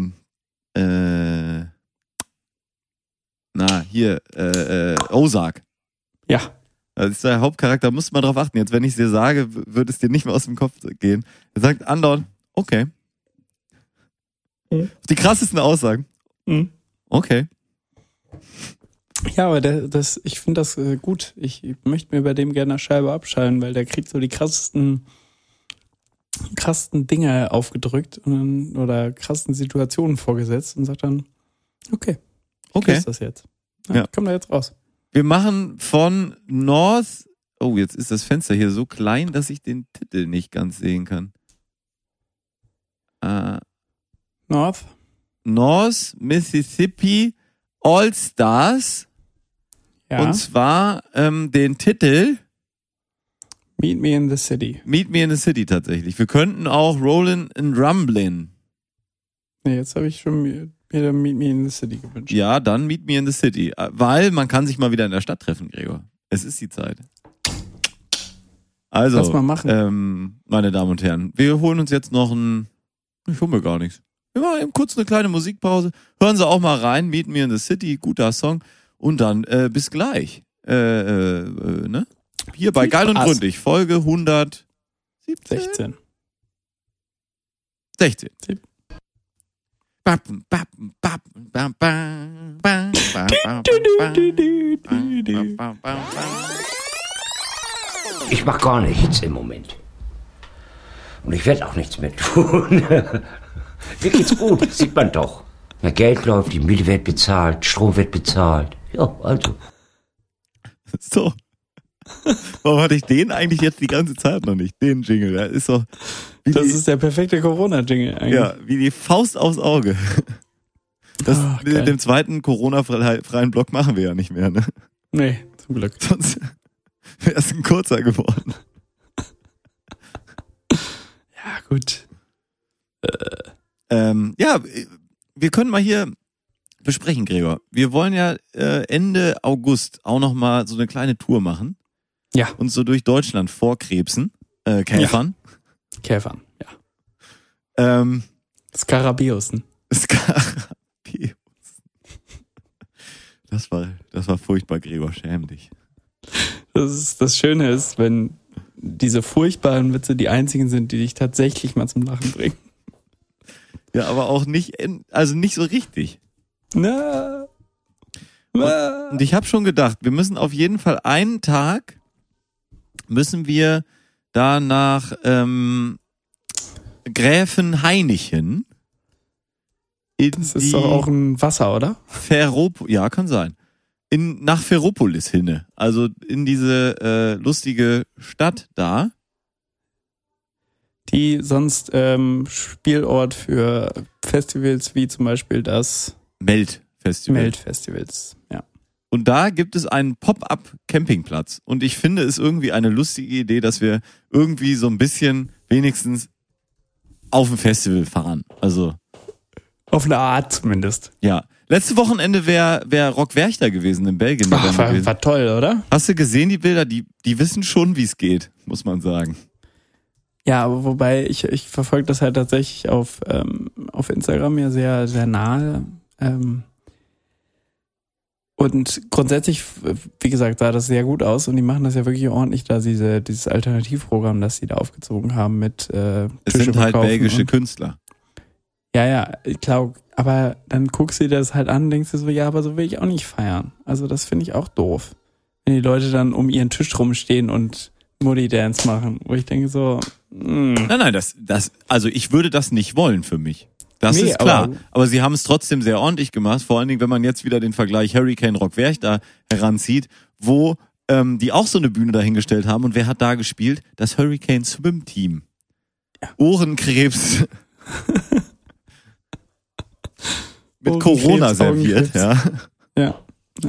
Ozark. Ja. Das ist der Hauptcharakter, musst du mal drauf achten. Jetzt, wenn ich es dir sage, wird es dir nicht mehr aus dem Kopf gehen. Er sagt andauernd, okay. Die krassesten Aussagen. Mhm. Okay. Ja, aber ich finde das gut. Ich möchte mir bei dem gerne eine Scheibe abschalten, weil der kriegt so die krassesten Dinge aufgedrückt oder krassesten Situationen vorgesetzt und sagt dann, okay. Ist das jetzt? Ja. Komm da jetzt raus. Wir machen von North, oh, jetzt ist das Fenster hier so klein, dass ich den Titel nicht ganz sehen kann. North Mississippi All Stars. Ja. Und zwar den Titel Meet Me in the City. Meet Me in the City tatsächlich. Wir könnten auch Rollin' and Rumblin'. Nee, jetzt habe ich schon mir Meet Me in the City gewünscht. Ja, dann Meet Me in the City. Weil man kann sich mal wieder in der Stadt treffen, Gregor. Es ist die Zeit. Also, lass mal machen. Meine Damen und Herren, wir holen uns jetzt noch ich hole mir gar nichts. Wir machen eben kurz eine kleine Musikpause. Hören Sie auch mal rein. Meet Me in the City, guter Song. Und dann bis gleich. Ne? Hier bei Geil und Gründlich, Folge 116. 16. Ich mach gar nichts im Moment. Und ich werde auch nichts mehr tun. Mir geht's gut, sieht man doch. Na, Geld läuft, die Miete wird bezahlt, Strom wird bezahlt. Ja, also. So. Warum hatte ich den eigentlich jetzt die ganze Zeit noch nicht? Den Jingle, der ist doch... Das ist der perfekte Corona-Jingle eigentlich. Ja, wie die Faust aufs Auge. Das mit dem zweiten Corona-freien Block machen wir ja nicht mehr, ne? Nee, zum Glück. Sonst wäre es ein kurzer geworden. Ja, gut. Ja, wir können mal hier besprechen, Gregor. Wir wollen ja Ende August auch nochmal so eine kleine Tour machen. Ja. Und so durch Deutschland vorkrebsen. Käfern. Ja. Käfern, ja. Skarabäusen. Das war furchtbar, Gregor, schäm dich. Das Schöne ist, wenn diese furchtbaren Witze die einzigen sind, die dich tatsächlich mal zum Lachen bringen. Ja, aber auch nicht so richtig. Na. Und ich habe schon gedacht, wir müssen auf jeden Fall einen Tag da nach Gräfenhainichen. Das ist doch auch ein Wasser, oder? Ja, kann sein. Nach Ferropolis hinne. Also in diese lustige Stadt da. Die sonst Spielort für Festivals wie zum Beispiel das Melt-Festivals, ja. Und da gibt es einen Pop-up-Campingplatz. Und ich finde es irgendwie eine lustige Idee, dass wir irgendwie so ein bisschen wenigstens auf ein Festival fahren. Also auf eine Art zumindest. Ja. Letzte Wochenende wäre Rock Werchter gewesen in Belgien. War toll, oder? Hast du gesehen, die Bilder? Die wissen schon, wie es geht, muss man sagen. Ja, aber wobei ich verfolge das halt tatsächlich auf Instagram ja sehr, sehr nahe. Und grundsätzlich, wie gesagt, sah das sehr gut aus und die machen das ja wirklich ordentlich, da dieses Alternativprogramm, das sie da aufgezogen haben mit Es sind halt belgische Künstler. Ja, klar, aber dann guckst du dir das halt an und denkst dir so, ja, aber so will ich auch nicht feiern. Also das finde ich auch doof. Wenn die Leute dann um ihren Tisch rumstehen und Mutti-Dance machen, wo ich denke so, Nein, also ich würde das nicht wollen für mich. Das ist klar. Aber sie haben es trotzdem sehr ordentlich gemacht. Vor allen Dingen, wenn man jetzt wieder den Vergleich Hurricane Rock Werchter heranzieht, wo die auch so eine Bühne dahingestellt haben. Und wer hat da gespielt? Das Hurricane Swim Team. Ja. Ohrenkrebs. Mit Corona serviert, ja. Ja.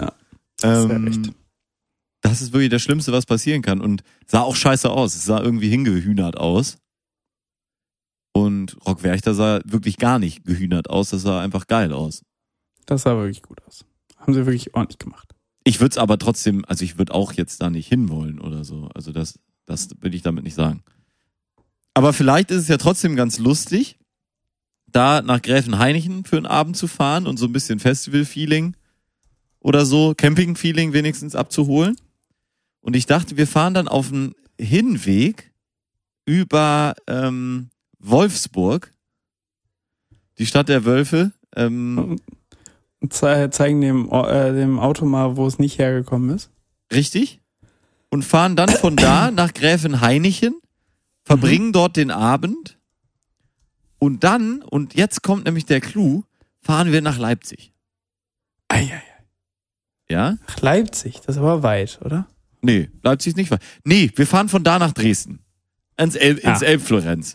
Das ist wirklich das Schlimmste, was passieren kann. Und sah auch scheiße aus. Es sah irgendwie hingehühnert aus. Und Rock Werchter sah wirklich gar nicht gehühnert aus. Das sah einfach geil aus. Das sah wirklich gut aus. Haben sie wirklich ordentlich gemacht. Ich würde es aber trotzdem, also ich würde auch jetzt da nicht hinwollen oder so. Also das will ich damit nicht sagen. Aber vielleicht ist es ja trotzdem ganz lustig, da nach Gräfenhainichen für einen Abend zu fahren und so ein bisschen Festival-Feeling oder so, Camping-Feeling wenigstens abzuholen. Und ich dachte, wir fahren dann auf den Hinweg über Wolfsburg, die Stadt der Wölfe. Und zeigen dem Auto mal, wo es nicht hergekommen ist. Richtig. Und fahren dann von da nach Gräfenhainichen, verbringen dort den Abend und dann, und jetzt kommt nämlich der Clou, fahren wir nach Leipzig. Eieiei. Ja? Ach, Leipzig, das ist aber weit, oder? Nee, Leipzig ist nicht weit. Nee, wir fahren von da nach Dresden. Ins Elbflorenz.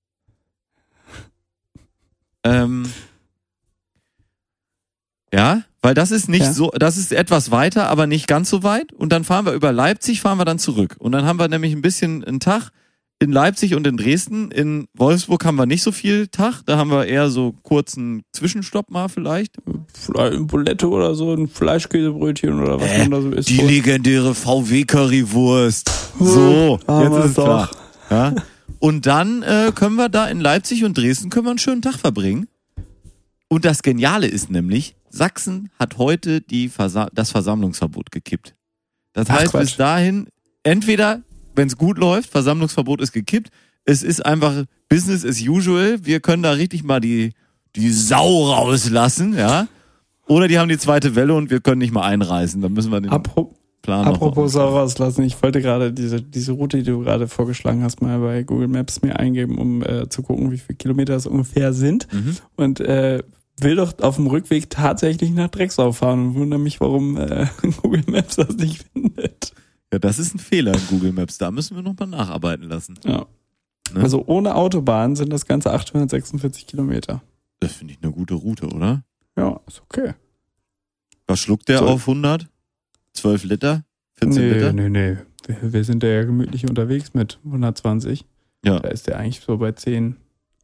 Ja, weil das ist nicht so, das ist etwas weiter, aber nicht ganz so weit. Und dann fahren wir über Leipzig, fahren wir dann zurück. Und dann haben wir nämlich ein bisschen einen Tag in Leipzig und in Dresden. In Wolfsburg haben wir nicht so viel Tag. Da haben wir eher so kurzen Zwischenstopp mal vielleicht. Eine Bulette oder so, ein Fleischkäsebrötchen oder was man da so isst. Die legendäre VW-Currywurst. So, jetzt ist es klar. Ja. Und dann können wir da in Leipzig und Dresden können wir einen schönen Tag verbringen. Und das Geniale ist nämlich, Sachsen hat heute das Versammlungsverbot gekippt. Das heißt, bis dahin, entweder, wenn es gut läuft, Versammlungsverbot ist gekippt, es ist einfach Business as usual, wir können da richtig mal die Sau rauslassen, ja. Oder die haben die zweite Welle und wir können nicht mal einreisen, dann müssen wir den Plan noch Apropos Sau rauslassen, ich wollte gerade diese Route, die du gerade vorgeschlagen hast, mal bei Google Maps mir eingeben, um zu gucken, wie viele Kilometer es ungefähr sind. Und will doch auf dem Rückweg tatsächlich nach Drecksau fahren und wundere mich, warum Google Maps das nicht findet. Ja, das ist ein Fehler in Google Maps, da müssen wir nochmal nacharbeiten lassen. Ja. Ne? Also ohne Autobahn sind das Ganze 846 Kilometer. Das finde ich eine gute Route, oder? Ja, ist okay. Was schluckt der auf 100? 12 Liter? 14 Liter? Nee. Wir sind da ja gemütlich unterwegs mit 120. Ja. Da ist der eigentlich so bei 10.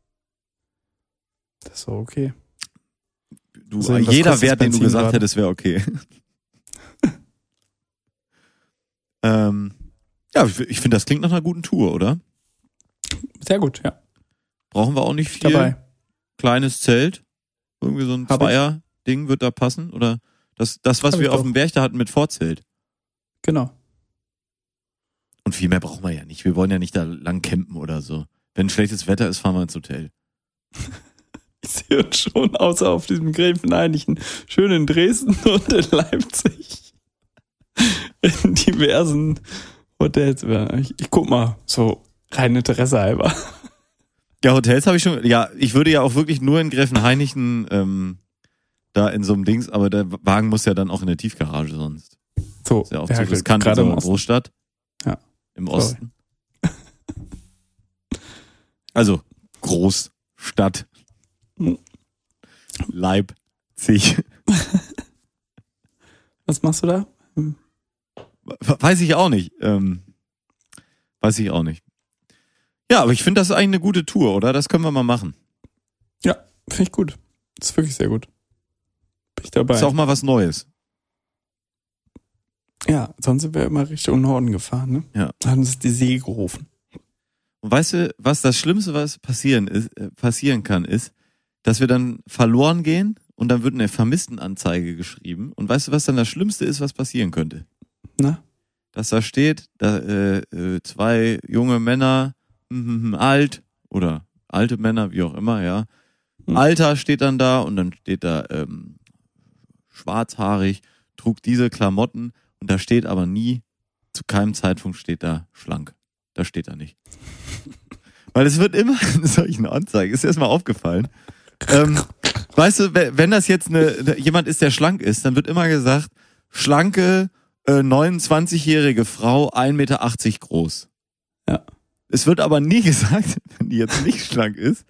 Das ist so okay. Jeder Wert, den du gesagt hättest, wäre okay. Ja, ich finde, das klingt nach einer guten Tour, oder? Sehr gut, ja. Brauchen wir auch nicht viel. Dabei. Kleines Zelt. Irgendwie so ein Zweier-Ding wird da passen? Oder das was wir auf dem Berg da hatten mit Vorzelt. Genau. Und viel mehr brauchen wir ja nicht. Wir wollen ja nicht da lang campen oder so. Wenn schlechtes Wetter ist, fahren wir ins Hotel. Ich sehe uns schon, außer auf diesem Gräfenhainichen, schön in Dresden und in Leipzig. In diversen Hotels. Ich guck mal, so rein Interesse halber. Ja, Hotels habe ich schon. Ja, ich würde ja auch wirklich nur in Gräfenhainichen da in so einem Dings, aber der Wagen muss ja dann auch in der Tiefgarage sonst. So, ist ja auch zu riskant in so einer Großstadt. Ja. Im Osten. Also, Großstadt. Leipzig. Was machst du da? Weiß ich auch nicht. Ja, aber ich finde, das ist eigentlich eine gute Tour, oder? Das können wir mal machen. Ja, finde ich gut. Das ist wirklich sehr gut. Bin ich dabei. Ist auch mal was Neues. Ja, sonst sind wir immer Richtung Norden gefahren, ne? Ja. Da haben uns die See gerufen. Und weißt du, was das Schlimmste, was passieren kann, ist, dass wir dann verloren gehen und dann wird eine Vermisstenanzeige geschrieben. Und weißt du, was dann das Schlimmste ist, was passieren könnte? Na? Dass da steht, 2 junge Männer, alt oder alte Männer, wie auch immer, ja. Alter steht dann da und dann steht da schwarzhaarig, trug diese Klamotten und da steht aber nie, zu keinem Zeitpunkt steht da schlank. Da steht da nicht. Weil es wird immer in solchen Anzeigen, ist dir erstmal aufgefallen. Weißt du, wenn das jetzt jemand ist, der schlank ist, dann wird immer gesagt, schlanke 29-jährige Frau, 1,80 Meter groß. Ja. Es wird aber nie gesagt, wenn die jetzt nicht schlank ist,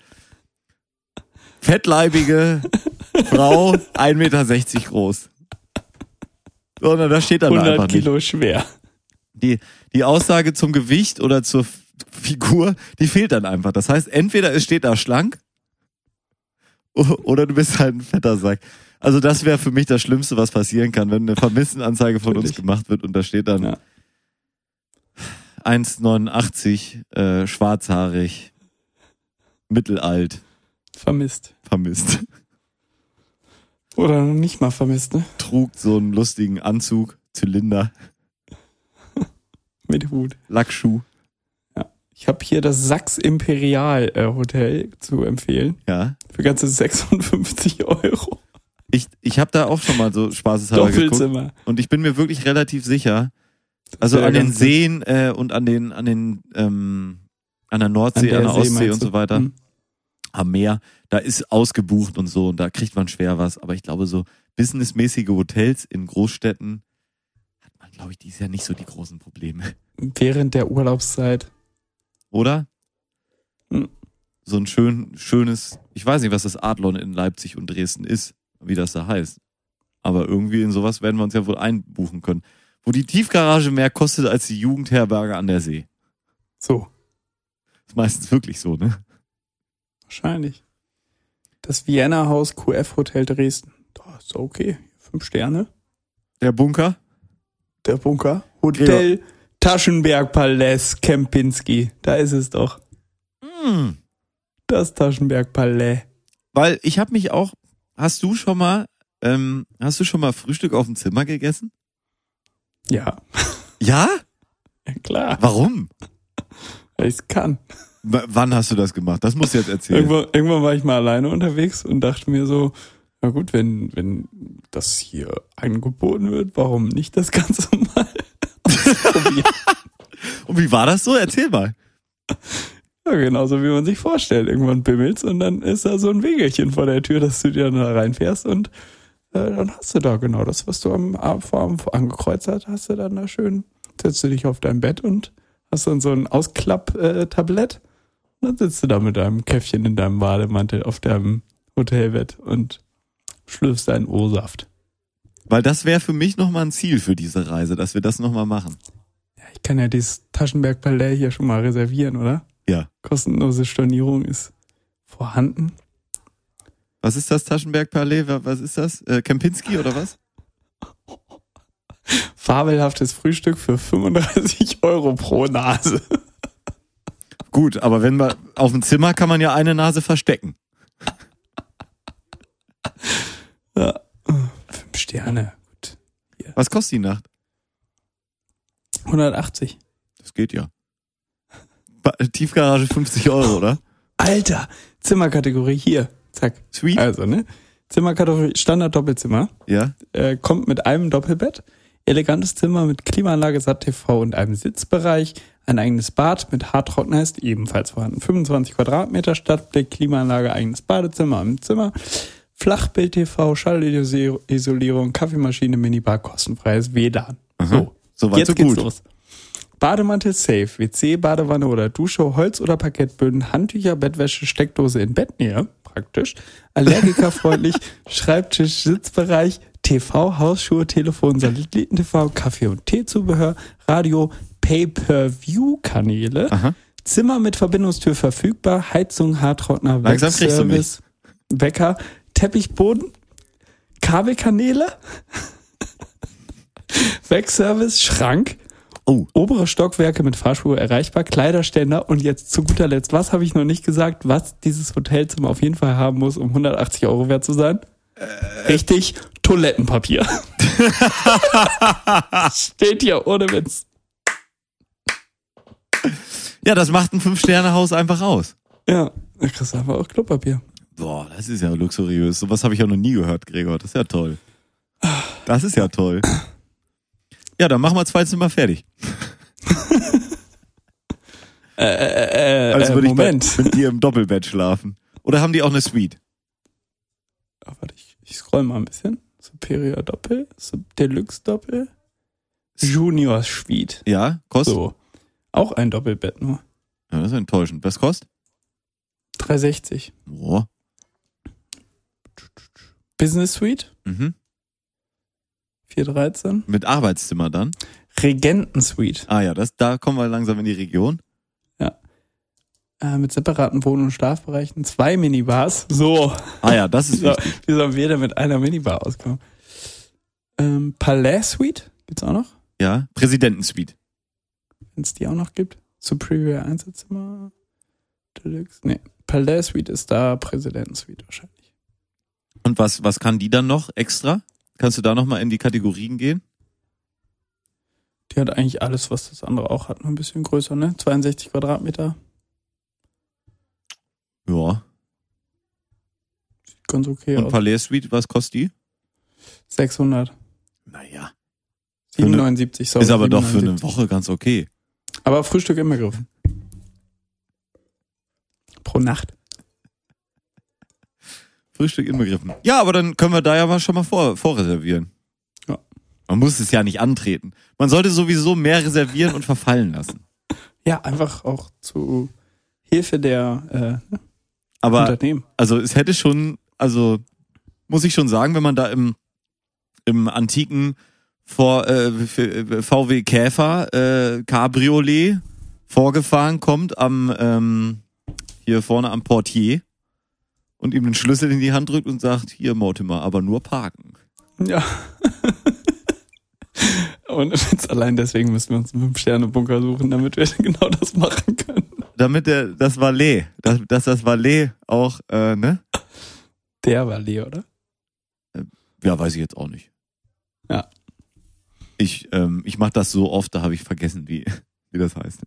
fettleibige Frau, 1,60 Meter groß. Sondern da steht dann 100 einfach Kilo nicht. schwer. Die Aussage zum Gewicht oder zur Figur, die fehlt dann einfach. Das heißt, entweder es steht da schlank oder du bist halt ein fetter Sack. Also das wäre für mich das Schlimmste, was passieren kann, wenn eine Vermisstenanzeige von uns gemacht wird und da steht dann 1,89, schwarzhaarig, mittelalt, Vermisst. vermisst. Oder noch nicht mal vermisst, ne? Trug so einen lustigen Anzug, Zylinder, Mit Hut. Lackschuh. Ich habe hier das Sachs Imperial Hotel zu empfehlen. Ja. Für ganze 56 €. Ich habe da auch schon mal so spaßeshalber geguckt. Doppelzimmer. Und ich bin mir wirklich relativ sicher, also Ja, an den ganz- Seen und an der Nordsee, an der See, Ostsee meinst und du? so weiter, Hm. am Meer, da ist ausgebucht und so und da kriegt man schwer was. Aber ich glaube, so businessmäßige Hotels in Großstädten hat man, glaube ich, dieses Jahr nicht so die großen Probleme. Während der Urlaubszeit. Oder? Hm. So ein schönes, ich weiß nicht, was das Adlon in Leipzig und Dresden ist, wie das da heißt. Aber irgendwie in sowas werden wir uns ja wohl einbuchen können. Wo die Tiefgarage mehr kostet als die Jugendherberge an der See. So, Ist meistens wirklich so, ne? wahrscheinlich. Das Vienna Haus QF Hotel Dresden. Das ist okay. 5 Sterne. Der Bunker? Der Bunker. Hotel Taschenberg Palais Kempinski. Da ist es doch. Das Taschenberg Palais. Weil ich habe mich auch, hast du schon mal Frühstück auf dem Zimmer gegessen? Ja, Ja? ja klar. Warum? Weil ich es kann. Wann hast du das gemacht? Das musst du jetzt erzählen. Irgendwann war ich mal alleine unterwegs und dachte mir so, na gut, wenn das hier angeboten wird, warum nicht das Ganze mal ausprobieren? Und wie war das so? Erzähl mal. Ja, genauso wie man sich vorstellt. Irgendwann bimmelt's und dann ist da so ein Wegelchen vor der Tür, dass du dir da reinfährst und dann hast du da genau das, was du am Abend angekreuzt hast du dann da schön, setzt du dich auf dein Bett und hast dann so ein Ausklapp-Tablett und dann sitzt du da mit deinem Käffchen in deinem Bademantel auf deinem Hotelbett und schlürfst deinen O-Saft. Weil das wäre für mich nochmal ein Ziel für diese Reise, dass wir das nochmal machen. Ja, ich kann ja dieses Taschenberg Palais hier schon mal reservieren, oder? Ja. Kostenlose Stornierung ist vorhanden. Was ist das Taschenberg Palais? Was ist das? Kempinski oder was? Fabelhaftes Frühstück für 35 € pro Nase. Gut, aber wenn man auf dem Zimmer kann man ja eine Nase verstecken. Ja. 5 Sterne. Gut. Was kostet die Nacht? 180. Das geht ja. Tiefgarage 50 €, oder? Alter, Zimmerkategorie hier. Zack. Sweet? Also, ne? Zimmerkategorie Standard Doppelzimmer. Ja. Kommt mit einem Doppelbett. Elegantes Zimmer mit Klimaanlage, SAT-TV und einem Sitzbereich. Ein eigenes Bad mit Haartrockner ist ebenfalls vorhanden. 25 Quadratmeter Stadtblick, Klimaanlage, eigenes Badezimmer im Zimmer. Flachbild-TV, Schallisolierung, Kaffeemaschine, Minibar, kostenfreies WLAN. So. Soweit Jetzt so geht's gut. los. Bademantel safe, WC, Badewanne oder Dusche, Holz- oder Parkettböden, Handtücher, Bettwäsche, Steckdose in Bettnähe, praktisch, allergikerfreundlich, Schreibtisch, Sitzbereich, TV, Hausschuhe, Telefon, Satelliten-TV, Kaffee- und Teezubehör, Radio, Pay-per-View-Kanäle, Aha. Zimmer mit Verbindungstür verfügbar, Heizung, Haartrockner, Langsam kriegst du mich. Wegservice, Wecker, Teppichboden, Kabelkanäle, Wegservice, Schrank, Oh. obere Stockwerke mit Fahrstuhl erreichbar, Kleiderständer und jetzt zu guter Letzt, was habe ich noch nicht gesagt, was dieses Hotelzimmer auf jeden Fall haben muss, um 180 € wert zu sein? Richtig, Toilettenpapier. Steht hier, ohne Witz. Ja, das macht ein 5-Sterne-Haus einfach aus. Ja, da kriegst du einfach auch Klopapier. Boah, das ist ja luxuriös. Sowas habe ich ja noch nie gehört, Gregor. Das ist ja toll. Das ist ja toll. Ja, dann machen wir 2 Zimmer fertig. Also würde Moment. ich mit dir im Doppelbett schlafen. Oder haben die auch eine Suite? Oh, warte, ich scroll mal ein bisschen. Superior Doppel, Deluxe Doppel, Junior Suite. Ja, kostet? So. Auch ein Doppelbett nur. Ja, das ist enttäuschend. Was kostet? 360. Boah. Business Suite, Mhm. 413. Mit Arbeitszimmer dann? Regenten Suite. Ah ja, da kommen wir langsam in die Region. Mit separaten Wohn- und Schlafbereichen, 2 Minibars. So. Ah ja, das ist wichtig. Wie sollen wir denn mit einer Minibar auskommen? Palais Suite gibt's auch noch, Ja, Präsidentensuite. wenn es die auch noch gibt. Superior Einzelzimmer. Deluxe. Nee, Palais Suite ist da, Präsidentensuite wahrscheinlich. Und was kann die dann noch extra? Kannst du da nochmal in die Kategorien gehen? Die hat eigentlich alles, was das andere auch hat, nur ein bisschen größer, ne? 62 Quadratmeter. Ja. Sieht ganz okay Und aus. Palais Suite, was kostet die? 600. Naja. 77, sorry. Ist aber doch für 77. eine Woche ganz okay. Aber Frühstück im Begriff. Pro Nacht. Frühstück inbegriffen. Ja, aber dann können wir da ja mal schon mal vorreservieren. Ja. Man muss es ja nicht antreten. Man sollte sowieso mehr reservieren und verfallen lassen. Ja, einfach auch zu Hilfe der Aber Unternehmen. also es hätte schon, also muss ich schon sagen, wenn man da im antiken VW Käfer Cabriolet vorgefahren kommt hier vorne am Portier und ihm den Schlüssel in die Hand drückt und sagt, hier Mortimer, aber nur parken. Ja. Und jetzt allein deswegen müssen wir uns einen 5-Sterne-Bunker suchen, damit wir genau das machen können. Damit das Valet, dass das Valet auch, ne? Der war Leo, oder? Ja, weiß ich jetzt auch nicht. Ja. Ich mache das so oft, da habe ich vergessen, wie das heißt.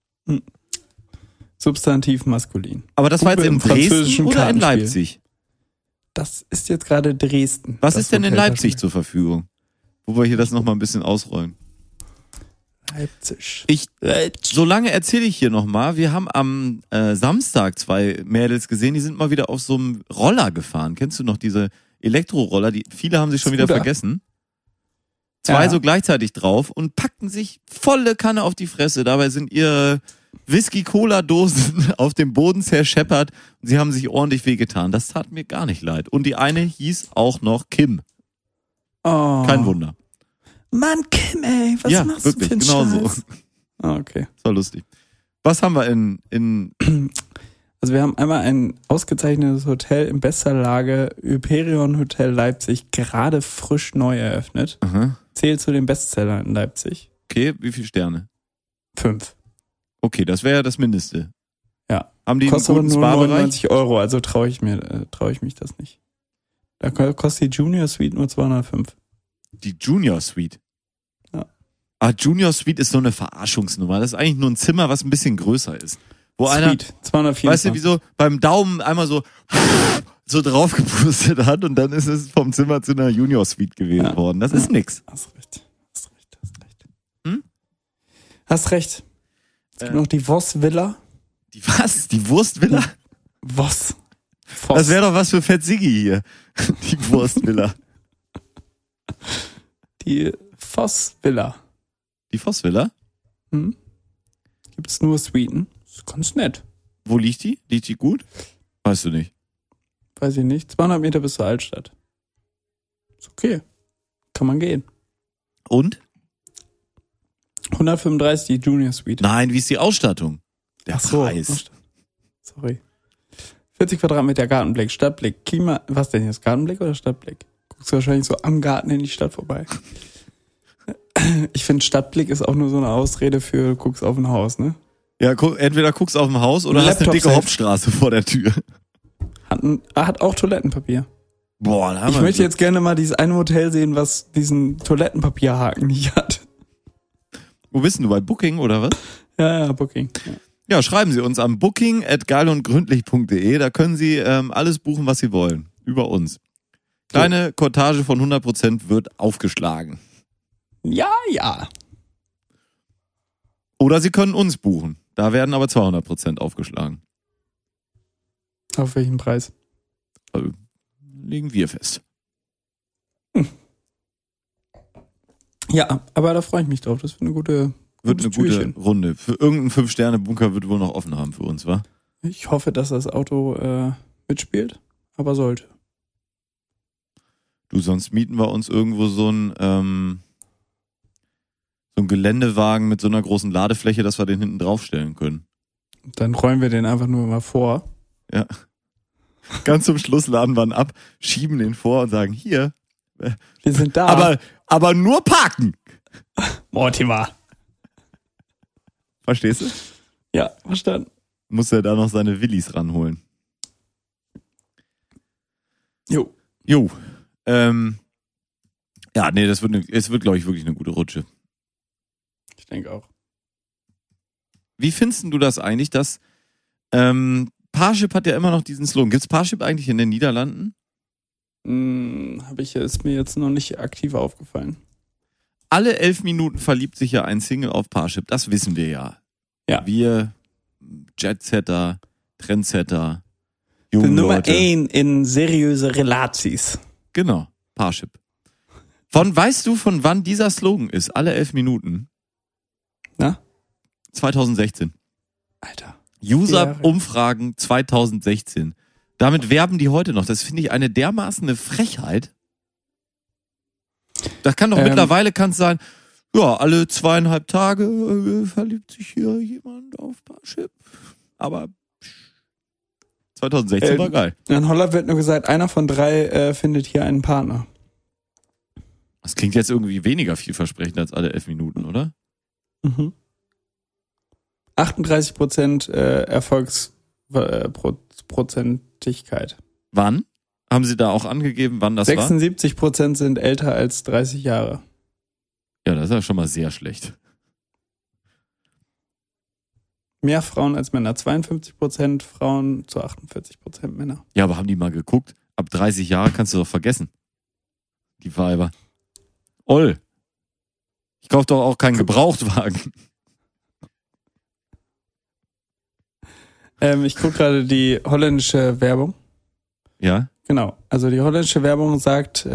Substantiv maskulin. Aber das war jetzt in Dresden französischen oder in Kartenspiel. Leipzig? Das ist jetzt gerade Dresden. Was das ist denn in Hotel Leipzig dafür. zur Verfügung? Wo wir hier das nochmal ein bisschen ausrollen. Leipzig. Solange erzähle ich hier nochmal, wir haben am Samstag 2 Mädels gesehen, die sind mal wieder auf so einem Roller gefahren. Kennst du noch diese Elektroroller? Viele haben sich schon wieder Scooter. vergessen. 2 Ja. so gleichzeitig drauf und packten sich volle Kanne auf die Fresse. Dabei sind ihre Whisky-Cola-Dosen auf dem Boden zerscheppert und sie haben sich ordentlich wehgetan. Das tat mir gar nicht leid. Und die eine hieß auch noch Kim. Oh. Kein Wunder. Mann, Kim, ey, was Ja, machst wirklich, du für einen genau Scheiß? Ah, okay. Das war lustig. Was haben wir in Also wir haben einmal ein ausgezeichnetes Hotel in bester Lage, Hyperion Hotel Leipzig, gerade frisch neu eröffnet. Aha. Zählt zu den Bestsellern in Leipzig. Okay, wie viele Sterne? 5. Okay, das wäre ja das Mindeste. Ja. Haben die Kostet einen aber guten nur Spa-Bereich? 99 €, also traue ich mich das nicht. Da kostet die Junior Suite nur 205. Die Junior Suite. Ja. Ah, Junior Suite ist so eine Verarschungsnummer. Das ist eigentlich nur ein Zimmer, was ein bisschen größer ist. Wo einer, Suite, 224. weißt du, wie so beim Daumen einmal so draufgepustet hat und dann ist es vom Zimmer zu einer Junior Suite gewählt worden. Das ist nix. Hast recht. Hm? Hast recht. Es gibt noch die Voss Villa. Die was? Die Wurstvilla? Voss. Das wäre doch was für Fett Siggi hier. Die Wurstvilla. Die Voss Villa. Die Vossvilla? Gibt's nur Suiten. Ist ganz nett. Wo liegt die? Liegt die gut? Weißt du nicht. Weiß ich nicht. 200 Meter bis zur Altstadt. Ist okay. Kann man gehen. Und? 135 die Junior Suite. Nein, wie ist die Ausstattung? Der Ach so. Preis. Sorry. 40 Quadratmeter Gartenblick, Stadtblick, Klima... Was denn jetzt? Gartenblick oder Stadtblick? Guckst du wahrscheinlich so am Garten in die Stadt vorbei. Ich finde, Stadtblick ist auch nur so eine Ausrede für guckst auf ein Haus, ne? Ja, entweder guckst auf dem Haus oder hast eine Laptop dicke safe. Hauptstraße vor der Tür. Hat auch Toilettenpapier. Boah, da haben Ich wir möchte jetzt gerne mal dieses eine Hotel sehen, was diesen Toilettenpapierhaken nicht hat. Wo bist du? Bei Booking oder was? Ja, Booking. Ja. Ja, schreiben Sie uns am booking@geilundgründlich.de. Da können Sie alles buchen, was Sie wollen. Über uns. Kleine Cottage von 100% wird aufgeschlagen. Ja. Oder Sie können uns buchen. Da werden aber 200% aufgeschlagen. Auf welchen Preis? Also, legen wir fest. Ja, aber da freue ich mich drauf. Das wird eine gute Wird eine gute Türchen. Runde. Für irgendeinen 5-Sterne-Bunker wird wohl noch offen haben für uns, wa? Ich hoffe, dass das Auto mitspielt, aber sollte. Du, sonst mieten wir uns irgendwo so ein Geländewagen mit so einer großen Ladefläche, dass wir den hinten draufstellen können. Dann räumen wir den einfach nur mal vor. Ja. Ganz zum Schluss laden wir ihn ab, schieben den vor und sagen, hier. Wir sind da. Aber nur parken. Mortimer. Verstehst du? Ja, verstanden. Muss er da noch seine Willis ranholen. Jo. Jo. Ja, nee, es wird, glaube ich, wirklich eine gute Rutsche. Ich denke auch. Wie findest du das eigentlich, dass Parship hat ja immer noch diesen Slogan. Gibt's Parship eigentlich in den Niederlanden? Ist mir jetzt noch nicht aktiv aufgefallen. Alle 11 Minuten verliebt sich ja ein Single auf Parship. Das wissen wir ja. Ja. Wir, Jetsetter, Trendsetter, Die junge Nummer Leute. 1 in seriöse Relations. Genau, Parship. Weißt du, von wann dieser Slogan ist? Alle 11 Minuten? Na? 2016. Alter. User-Umfragen 2016. Damit werben die heute noch. Das finde ich eine dermaßen eine Frechheit. Das kann doch mittlerweile kann's sein, ja, alle 2,5 Tage verliebt sich hier jemand auf Parship. Aber 2016 war geil. In Holland wird nur gesagt, einer von 3 findet hier einen Partner. Das klingt jetzt irgendwie weniger vielversprechend als alle 11 Minuten, oder? 38% Erfolgsprozentigkeit. Wann? Haben Sie da auch angegeben, wann das war? 76% sind älter als 30 Jahre. Ja, das ist ja schon mal sehr schlecht. Mehr Frauen als Männer. 52% Frauen zu 48% Männer. Ja, aber haben die mal geguckt? Ab 30 Jahre kannst du doch vergessen. Die Weiber. Oll. Ich kauf doch auch keinen Gebrauchtwagen. Ich gucke gerade die holländische Werbung. Ja? Genau. Also die holländische Werbung sagt,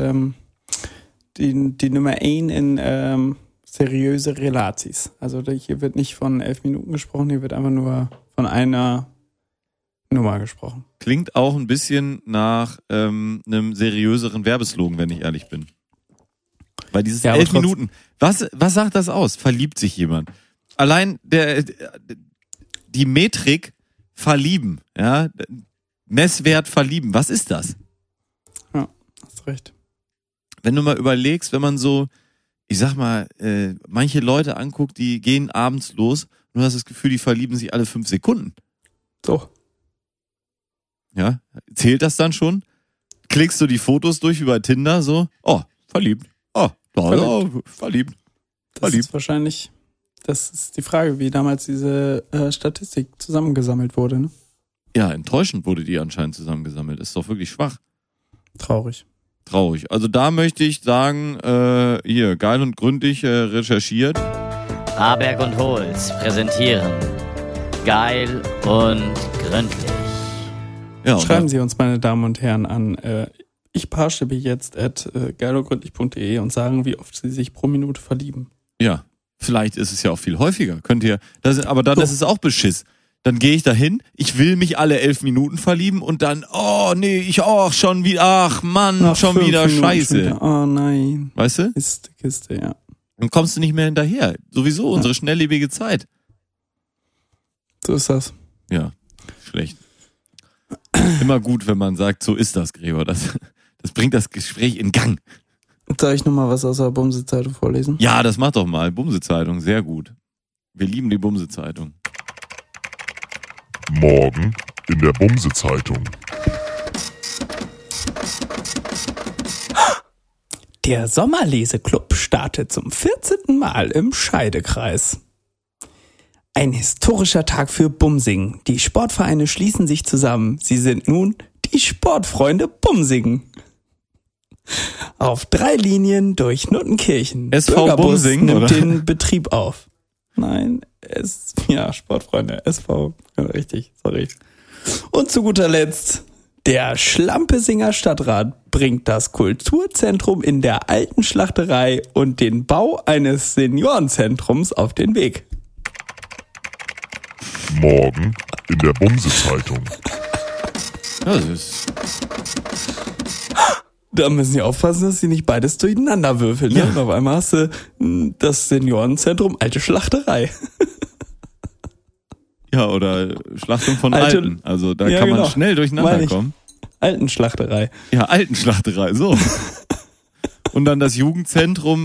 die Nummer 1 in seriöse Relations. Also hier wird nicht von 11 Minuten gesprochen, hier wird einfach nur von einer Nummer gesprochen. Klingt auch ein bisschen nach einem seriöseren Werbeslogan, wenn ich ehrlich bin. Weil dieses Ja, aber 11 Minuten, was sagt das aus? Verliebt sich jemand? Allein die Metrik verlieben, ja, Messwert verlieben, was ist das? Ja, hast recht. Wenn du mal überlegst, wenn man so, ich sag mal, manche Leute anguckt, die gehen abends los und du hast das Gefühl, die verlieben sich alle 5 Sekunden. So. Ja, zählt das dann schon? Klickst du die Fotos durch wie bei Tinder so? Oh, verliebt. Oh, verliebt. Das ist wahrscheinlich, das ist die Frage, wie damals diese Statistik zusammengesammelt wurde, ne? Ja, enttäuschend wurde die anscheinend zusammengesammelt. Ist doch wirklich schwach. Traurig. Also da möchte ich sagen, hier, geil und gründlich recherchiert. Haberg und Holz präsentieren Geil und gründlich. Ja, Schreiben Sie uns, meine Damen und Herren, an ich parschippe jetzt geilundgründlich.de und sagen, wie oft Sie sich pro Minute verlieben. Ja, vielleicht ist es ja auch viel häufiger. Aber dann ist es auch Beschiss. Dann gehe ich dahin, ich will mich alle 11 Minuten verlieben und dann, oh nee, ich auch schon wieder, ach Mann, Nach schon 5 wieder Minuten Scheiße. schon wieder. Oh nein. Weißt du? Ist Kiste, ja. Dann kommst du nicht mehr hinterher. Sowieso unsere schnelllebige Zeit. So ist das. Ja, schlecht. Immer gut, wenn man sagt, so ist das, Gregor. Das bringt das Gespräch in Gang. Soll ich nochmal was aus der Bumse-Zeitung vorlesen? Ja, das macht doch mal. Bumse-Zeitung, sehr gut. Wir lieben die Bumse-Zeitung. Morgen in der Bumse-Zeitung. Der Sommerleseklub startet zum 14. Mal im Scheidekreis. Ein historischer Tag für Bumsingen. Die Sportvereine schließen sich zusammen. Sie sind nun die Sportfreunde Bumsingen. Auf 3 Linien durch Nuttenkirchen. SV Bürgerbus Bumsingen, nimmt oder? den Betrieb auf. Nein, Sportfreunde, SV, richtig, sorry. Und zu guter Letzt, der Schlampesinger Stadtrat bringt das Kulturzentrum in der alten Schlachterei und den Bau eines Seniorenzentrums auf den Weg. Morgen in der Bumse-Zeitung. Ja, das ist Da müssen Sie aufpassen, dass Sie nicht beides durcheinander würfeln. Ne? Ja. Und auf einmal hast du das Seniorenzentrum, alte Schlachterei. ja, oder Schlachtung von Alte- Alten. Also da Ja, kann man genau. schnell durcheinander Meine ich. kommen. Alten Schlachterei. Ja, Altenschlachterei, so. Und dann das Jugendzentrum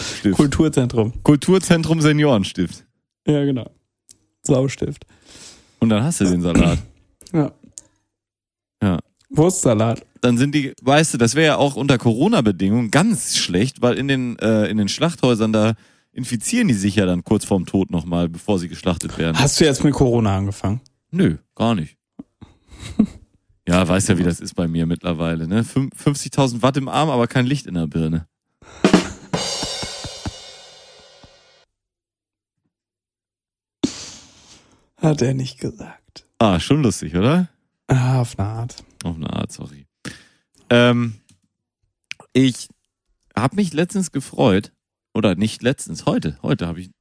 Seniorenstift. Kulturzentrum. Kulturzentrum Seniorenstift. Ja, genau. Saustift. Und dann hast du den Salat. Ja. Ja. Wurstsalat. Dann sind die, weißt du, das wäre ja auch unter Corona-Bedingungen ganz schlecht, weil in den Schlachthäusern da infizieren die sich ja dann kurz vorm Tod nochmal, bevor sie geschlachtet werden. Hast du jetzt mit Corona angefangen? Nö, gar nicht. Ja, weißt ja, wie das ist bei mir mittlerweile, ne? 50.000 Watt im Arm, aber kein Licht in der Birne. Hat er nicht gesagt. Ah, schon lustig, oder? Ah, auf eine Art. Auf eine Art, sorry. Ich habe mich letztens gefreut, oder nicht letztens, heute habe ich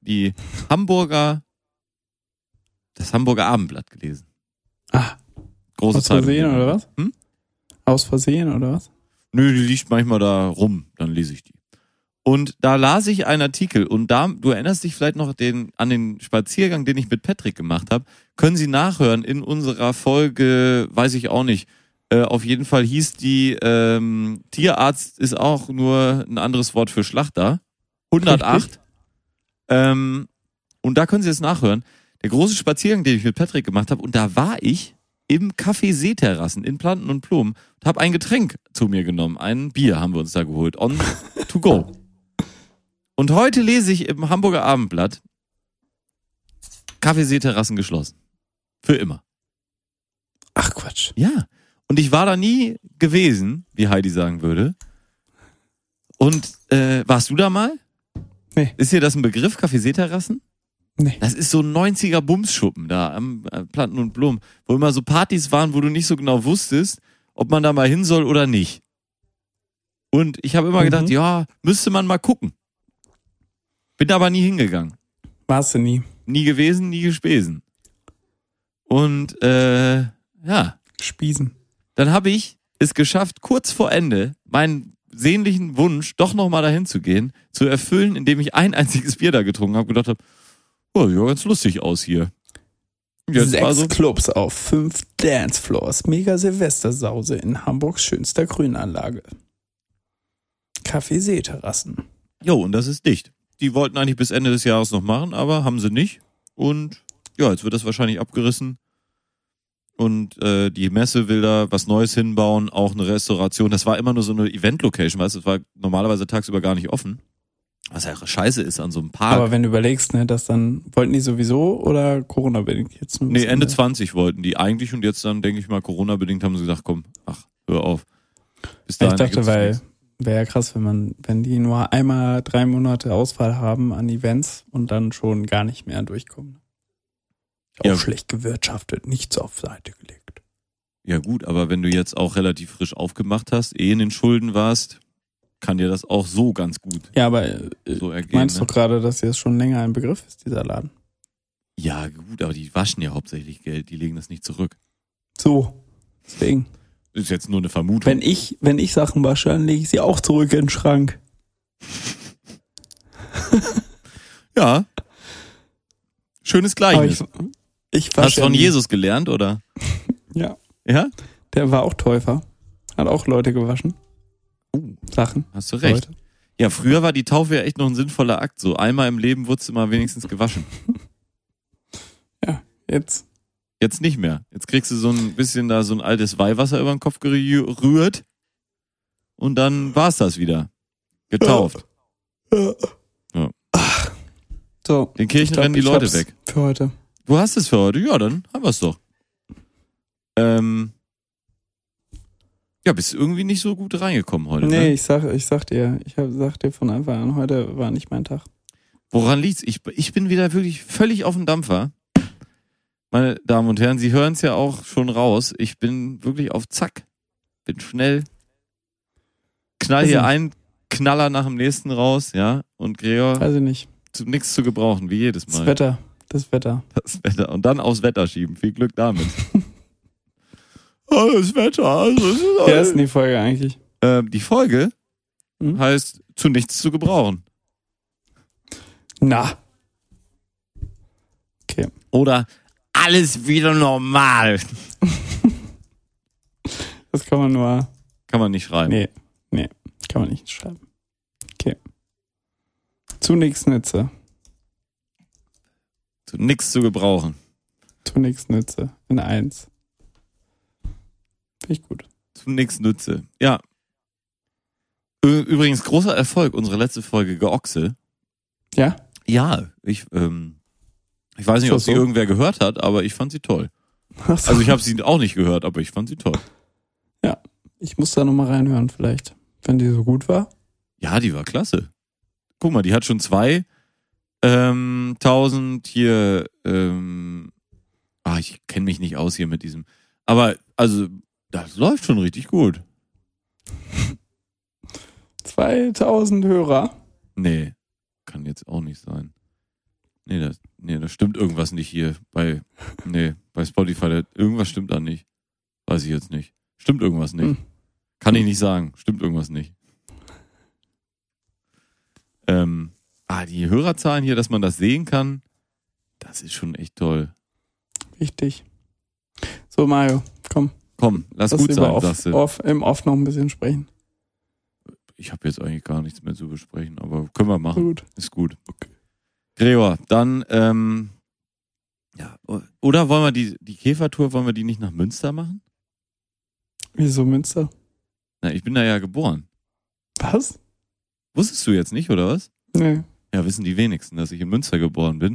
das Hamburger Abendblatt gelesen. Ah, Große aus Versehen Zeitung. oder was? Aus Versehen oder was? Nö, die liegt manchmal da rum, dann lese ich die. Und da las ich einen Artikel und du erinnerst dich vielleicht noch an den Spaziergang, den ich mit Patrick gemacht habe. Können Sie nachhören in unserer Folge, weiß ich auch nicht. Auf jeden Fall hieß die Tierarzt ist auch nur ein anderes Wort für Schlachter. 108. Und da können Sie es nachhören. Der große Spaziergang, den ich mit Patrick gemacht habe, und da war ich im Café Seeterrassen in Planten und Blumen und habe ein Getränk zu mir genommen. Ein Bier haben wir uns da geholt. On to go. Und heute lese ich im Hamburger Abendblatt, Café Seeterrassen geschlossen. Für immer. Ach Quatsch. Ja. Und ich war da nie gewesen, wie Heidi sagen würde. Und warst du da mal? Nee. Ist dir das ein Begriff, Café Seeterrassen? Nee. Das ist so ein 90er Bumsschuppen da am Planten und Blumen, wo immer so Partys waren, wo du nicht so genau wusstest, ob man da mal hin soll oder nicht. Und ich habe immer gedacht, ja, müsste man mal gucken. Bin aber nie hingegangen. Warst du nie? Nie gewesen, nie gespesen. Und ja. Spießen. Dann habe ich es geschafft, kurz vor Ende meinen sehnlichen Wunsch, doch nochmal dahin zu gehen, zu erfüllen, indem ich ein einziges Bier da getrunken habe, gedacht habe, oh, ja, ganz lustig aus hier. Jetzt 6 Clubs auf 5 Dancefloors. Mega Silvestersause in Hamburgs schönster Grünanlage. Café Seeterrassen. Jo, und das ist dicht. Die wollten eigentlich bis Ende des Jahres noch machen, aber haben sie nicht. Und ja, jetzt wird das wahrscheinlich abgerissen. Und die Messe will da was Neues hinbauen, auch eine Restauration. Das war immer nur so eine Event-Location, weißt du, das war normalerweise tagsüber gar nicht offen. Was ja scheiße ist an so einem Park. Aber wenn du überlegst, ne, das dann, wollten die sowieso oder Corona-bedingt jetzt nur? Nee, Ende 20 wollten die eigentlich und jetzt dann, denke ich mal, Corona-bedingt haben sie gesagt, komm, hör auf. Bis dahin ich dachte, gibt's nichts. wäre ja krass, wenn die nur einmal 3 Monate Ausfall haben an Events und dann schon gar nicht mehr durchkommen. Auch Ja. schlecht gewirtschaftet, nichts auf Seite gelegt. Ja gut, aber wenn du jetzt auch relativ frisch aufgemacht hast, in den Schulden warst, kann dir das auch so ganz gut Ja, aber so ergehen. meinst Ne? doch gerade, dass jetzt schon länger ein Begriff ist, dieser Laden? Ja gut, aber die waschen ja hauptsächlich Geld, die legen das nicht zurück. So, deswegen. Das ist jetzt nur eine Vermutung. Wenn ich Sachen wasche, dann lege ich sie auch zurück in den Schrank. Ja. Schönes Aber Gleichnis. ich Hast wasche du von nie. Jesus gelernt, oder? Ja, Ja? der war auch Täufer. Hat auch Leute gewaschen. Sachen. Hast du recht. Leute. Ja, früher war die Taufe ja echt noch ein sinnvoller Akt. So einmal im Leben wurdest du mal wenigstens gewaschen. Ja, jetzt. Jetzt nicht mehr. Jetzt kriegst du so ein bisschen da so ein altes Weihwasser über den Kopf gerührt und dann war's das wieder. Getauft. Ja. So. Den Kirchen ich glaub, rennen die ich Leute hab's weg. Für heute. Du hast es für heute? Ja, dann haben wir's doch. Ja, bist irgendwie nicht so gut reingekommen heute. Nee, Ne? ich sag dir von Anfang an, heute war nicht mein Tag. Woran liegt's? Ich bin wieder wirklich völlig auf dem Dampfer. Meine Damen und Herren, Sie hören es ja auch schon raus. Ich bin wirklich auf Zack. Bin schnell. Knall hier einen Knaller nach dem nächsten raus, ja. Und Gregor Weiß ich nicht. zu nichts zu gebrauchen, wie jedes Mal. Das Wetter. Das Wetter. Und dann aufs Wetter schieben. Viel Glück damit. Oh, das Wetter. Also, Wer ist denn die Folge eigentlich? die Folge heißt zu nichts zu gebrauchen. Na. Okay. Oder alles wieder normal. Das kann man nur. Kann man nicht schreiben. Nee, kann man nicht schreiben. Okay. Zu nix Nütze. Zu nichts zu gebrauchen. Zu nichts nütze. In 1. Finde ich gut. Zu nichts nütze. Ja. Übrigens, großer Erfolg, unsere letzte Folge Geochse. Ja? Ja, ich weiß nicht, ob sie irgendwer gehört hat, aber ich fand sie toll. Achso. Also ich habe sie auch nicht gehört, aber ich fand sie toll. Ja, ich muss da nochmal reinhören vielleicht, wenn die so gut war. Ja, die war klasse. Guck mal, die hat schon 2000 hier, ich kenne mich nicht aus hier mit diesem. Aber, also, das läuft schon richtig gut. 2000 Hörer. Nee, kann jetzt auch nicht sein. Nee, da stimmt irgendwas nicht hier bei Spotify. Irgendwas stimmt da nicht. Weiß ich jetzt nicht. Stimmt irgendwas nicht. Kann ich nicht sagen. Stimmt irgendwas nicht. Die Hörerzahlen hier, dass man das sehen kann, das ist schon echt toll. Wichtig. So, Mario, komm. Komm, lass gut sein, sagst du. Im Off noch ein bisschen sprechen. Ich habe jetzt eigentlich gar nichts mehr zu besprechen, aber können wir machen. Gut. Ist gut. Okay. Gregor, dann, oder wollen wir die Käfertour, wollen wir die nicht nach Münster machen? Wieso Münster? Na, ich bin da ja geboren. Was? Wusstest du jetzt nicht, oder was? Nee. Ja, wissen die wenigsten, dass ich in Münster geboren bin.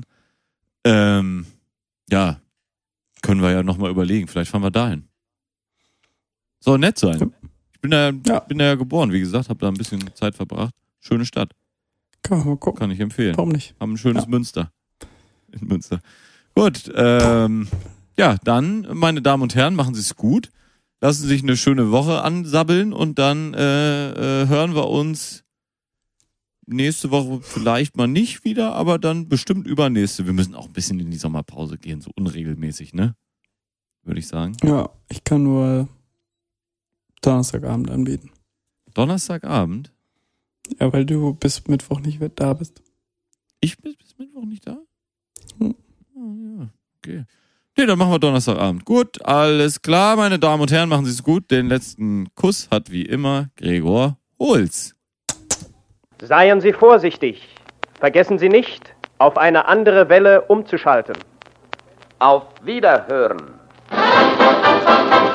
Ja, können wir ja nochmal überlegen. Vielleicht fahren wir dahin. Soll nett sein. Ja. Ich bin da ja geboren, wie gesagt, habe da ein bisschen Zeit verbracht. Schöne Stadt. Kann man mal gucken. Kann ich empfehlen. Warum nicht? Haben ein schönes Münster. In Münster. Gut, dann, meine Damen und Herren, machen Sie es gut. Lassen Sie sich eine schöne Woche ansabbeln und dann hören wir uns nächste Woche vielleicht mal nicht wieder, aber dann bestimmt übernächste. Wir müssen auch ein bisschen in die Sommerpause gehen, so unregelmäßig, ne? Würde ich sagen. Ja, ich kann nur Donnerstagabend anbieten. Donnerstagabend? Ja, weil du bis Mittwoch nicht da bist. Ich bin bis Mittwoch nicht da? Oh, ja, okay. Nee, dann machen wir Donnerstagabend. Gut, alles klar, meine Damen und Herren, machen Sie es gut. Den letzten Kuss hat wie immer Gregor Holz. Seien Sie vorsichtig. Vergessen Sie nicht, auf eine andere Welle umzuschalten. Auf Wiederhören.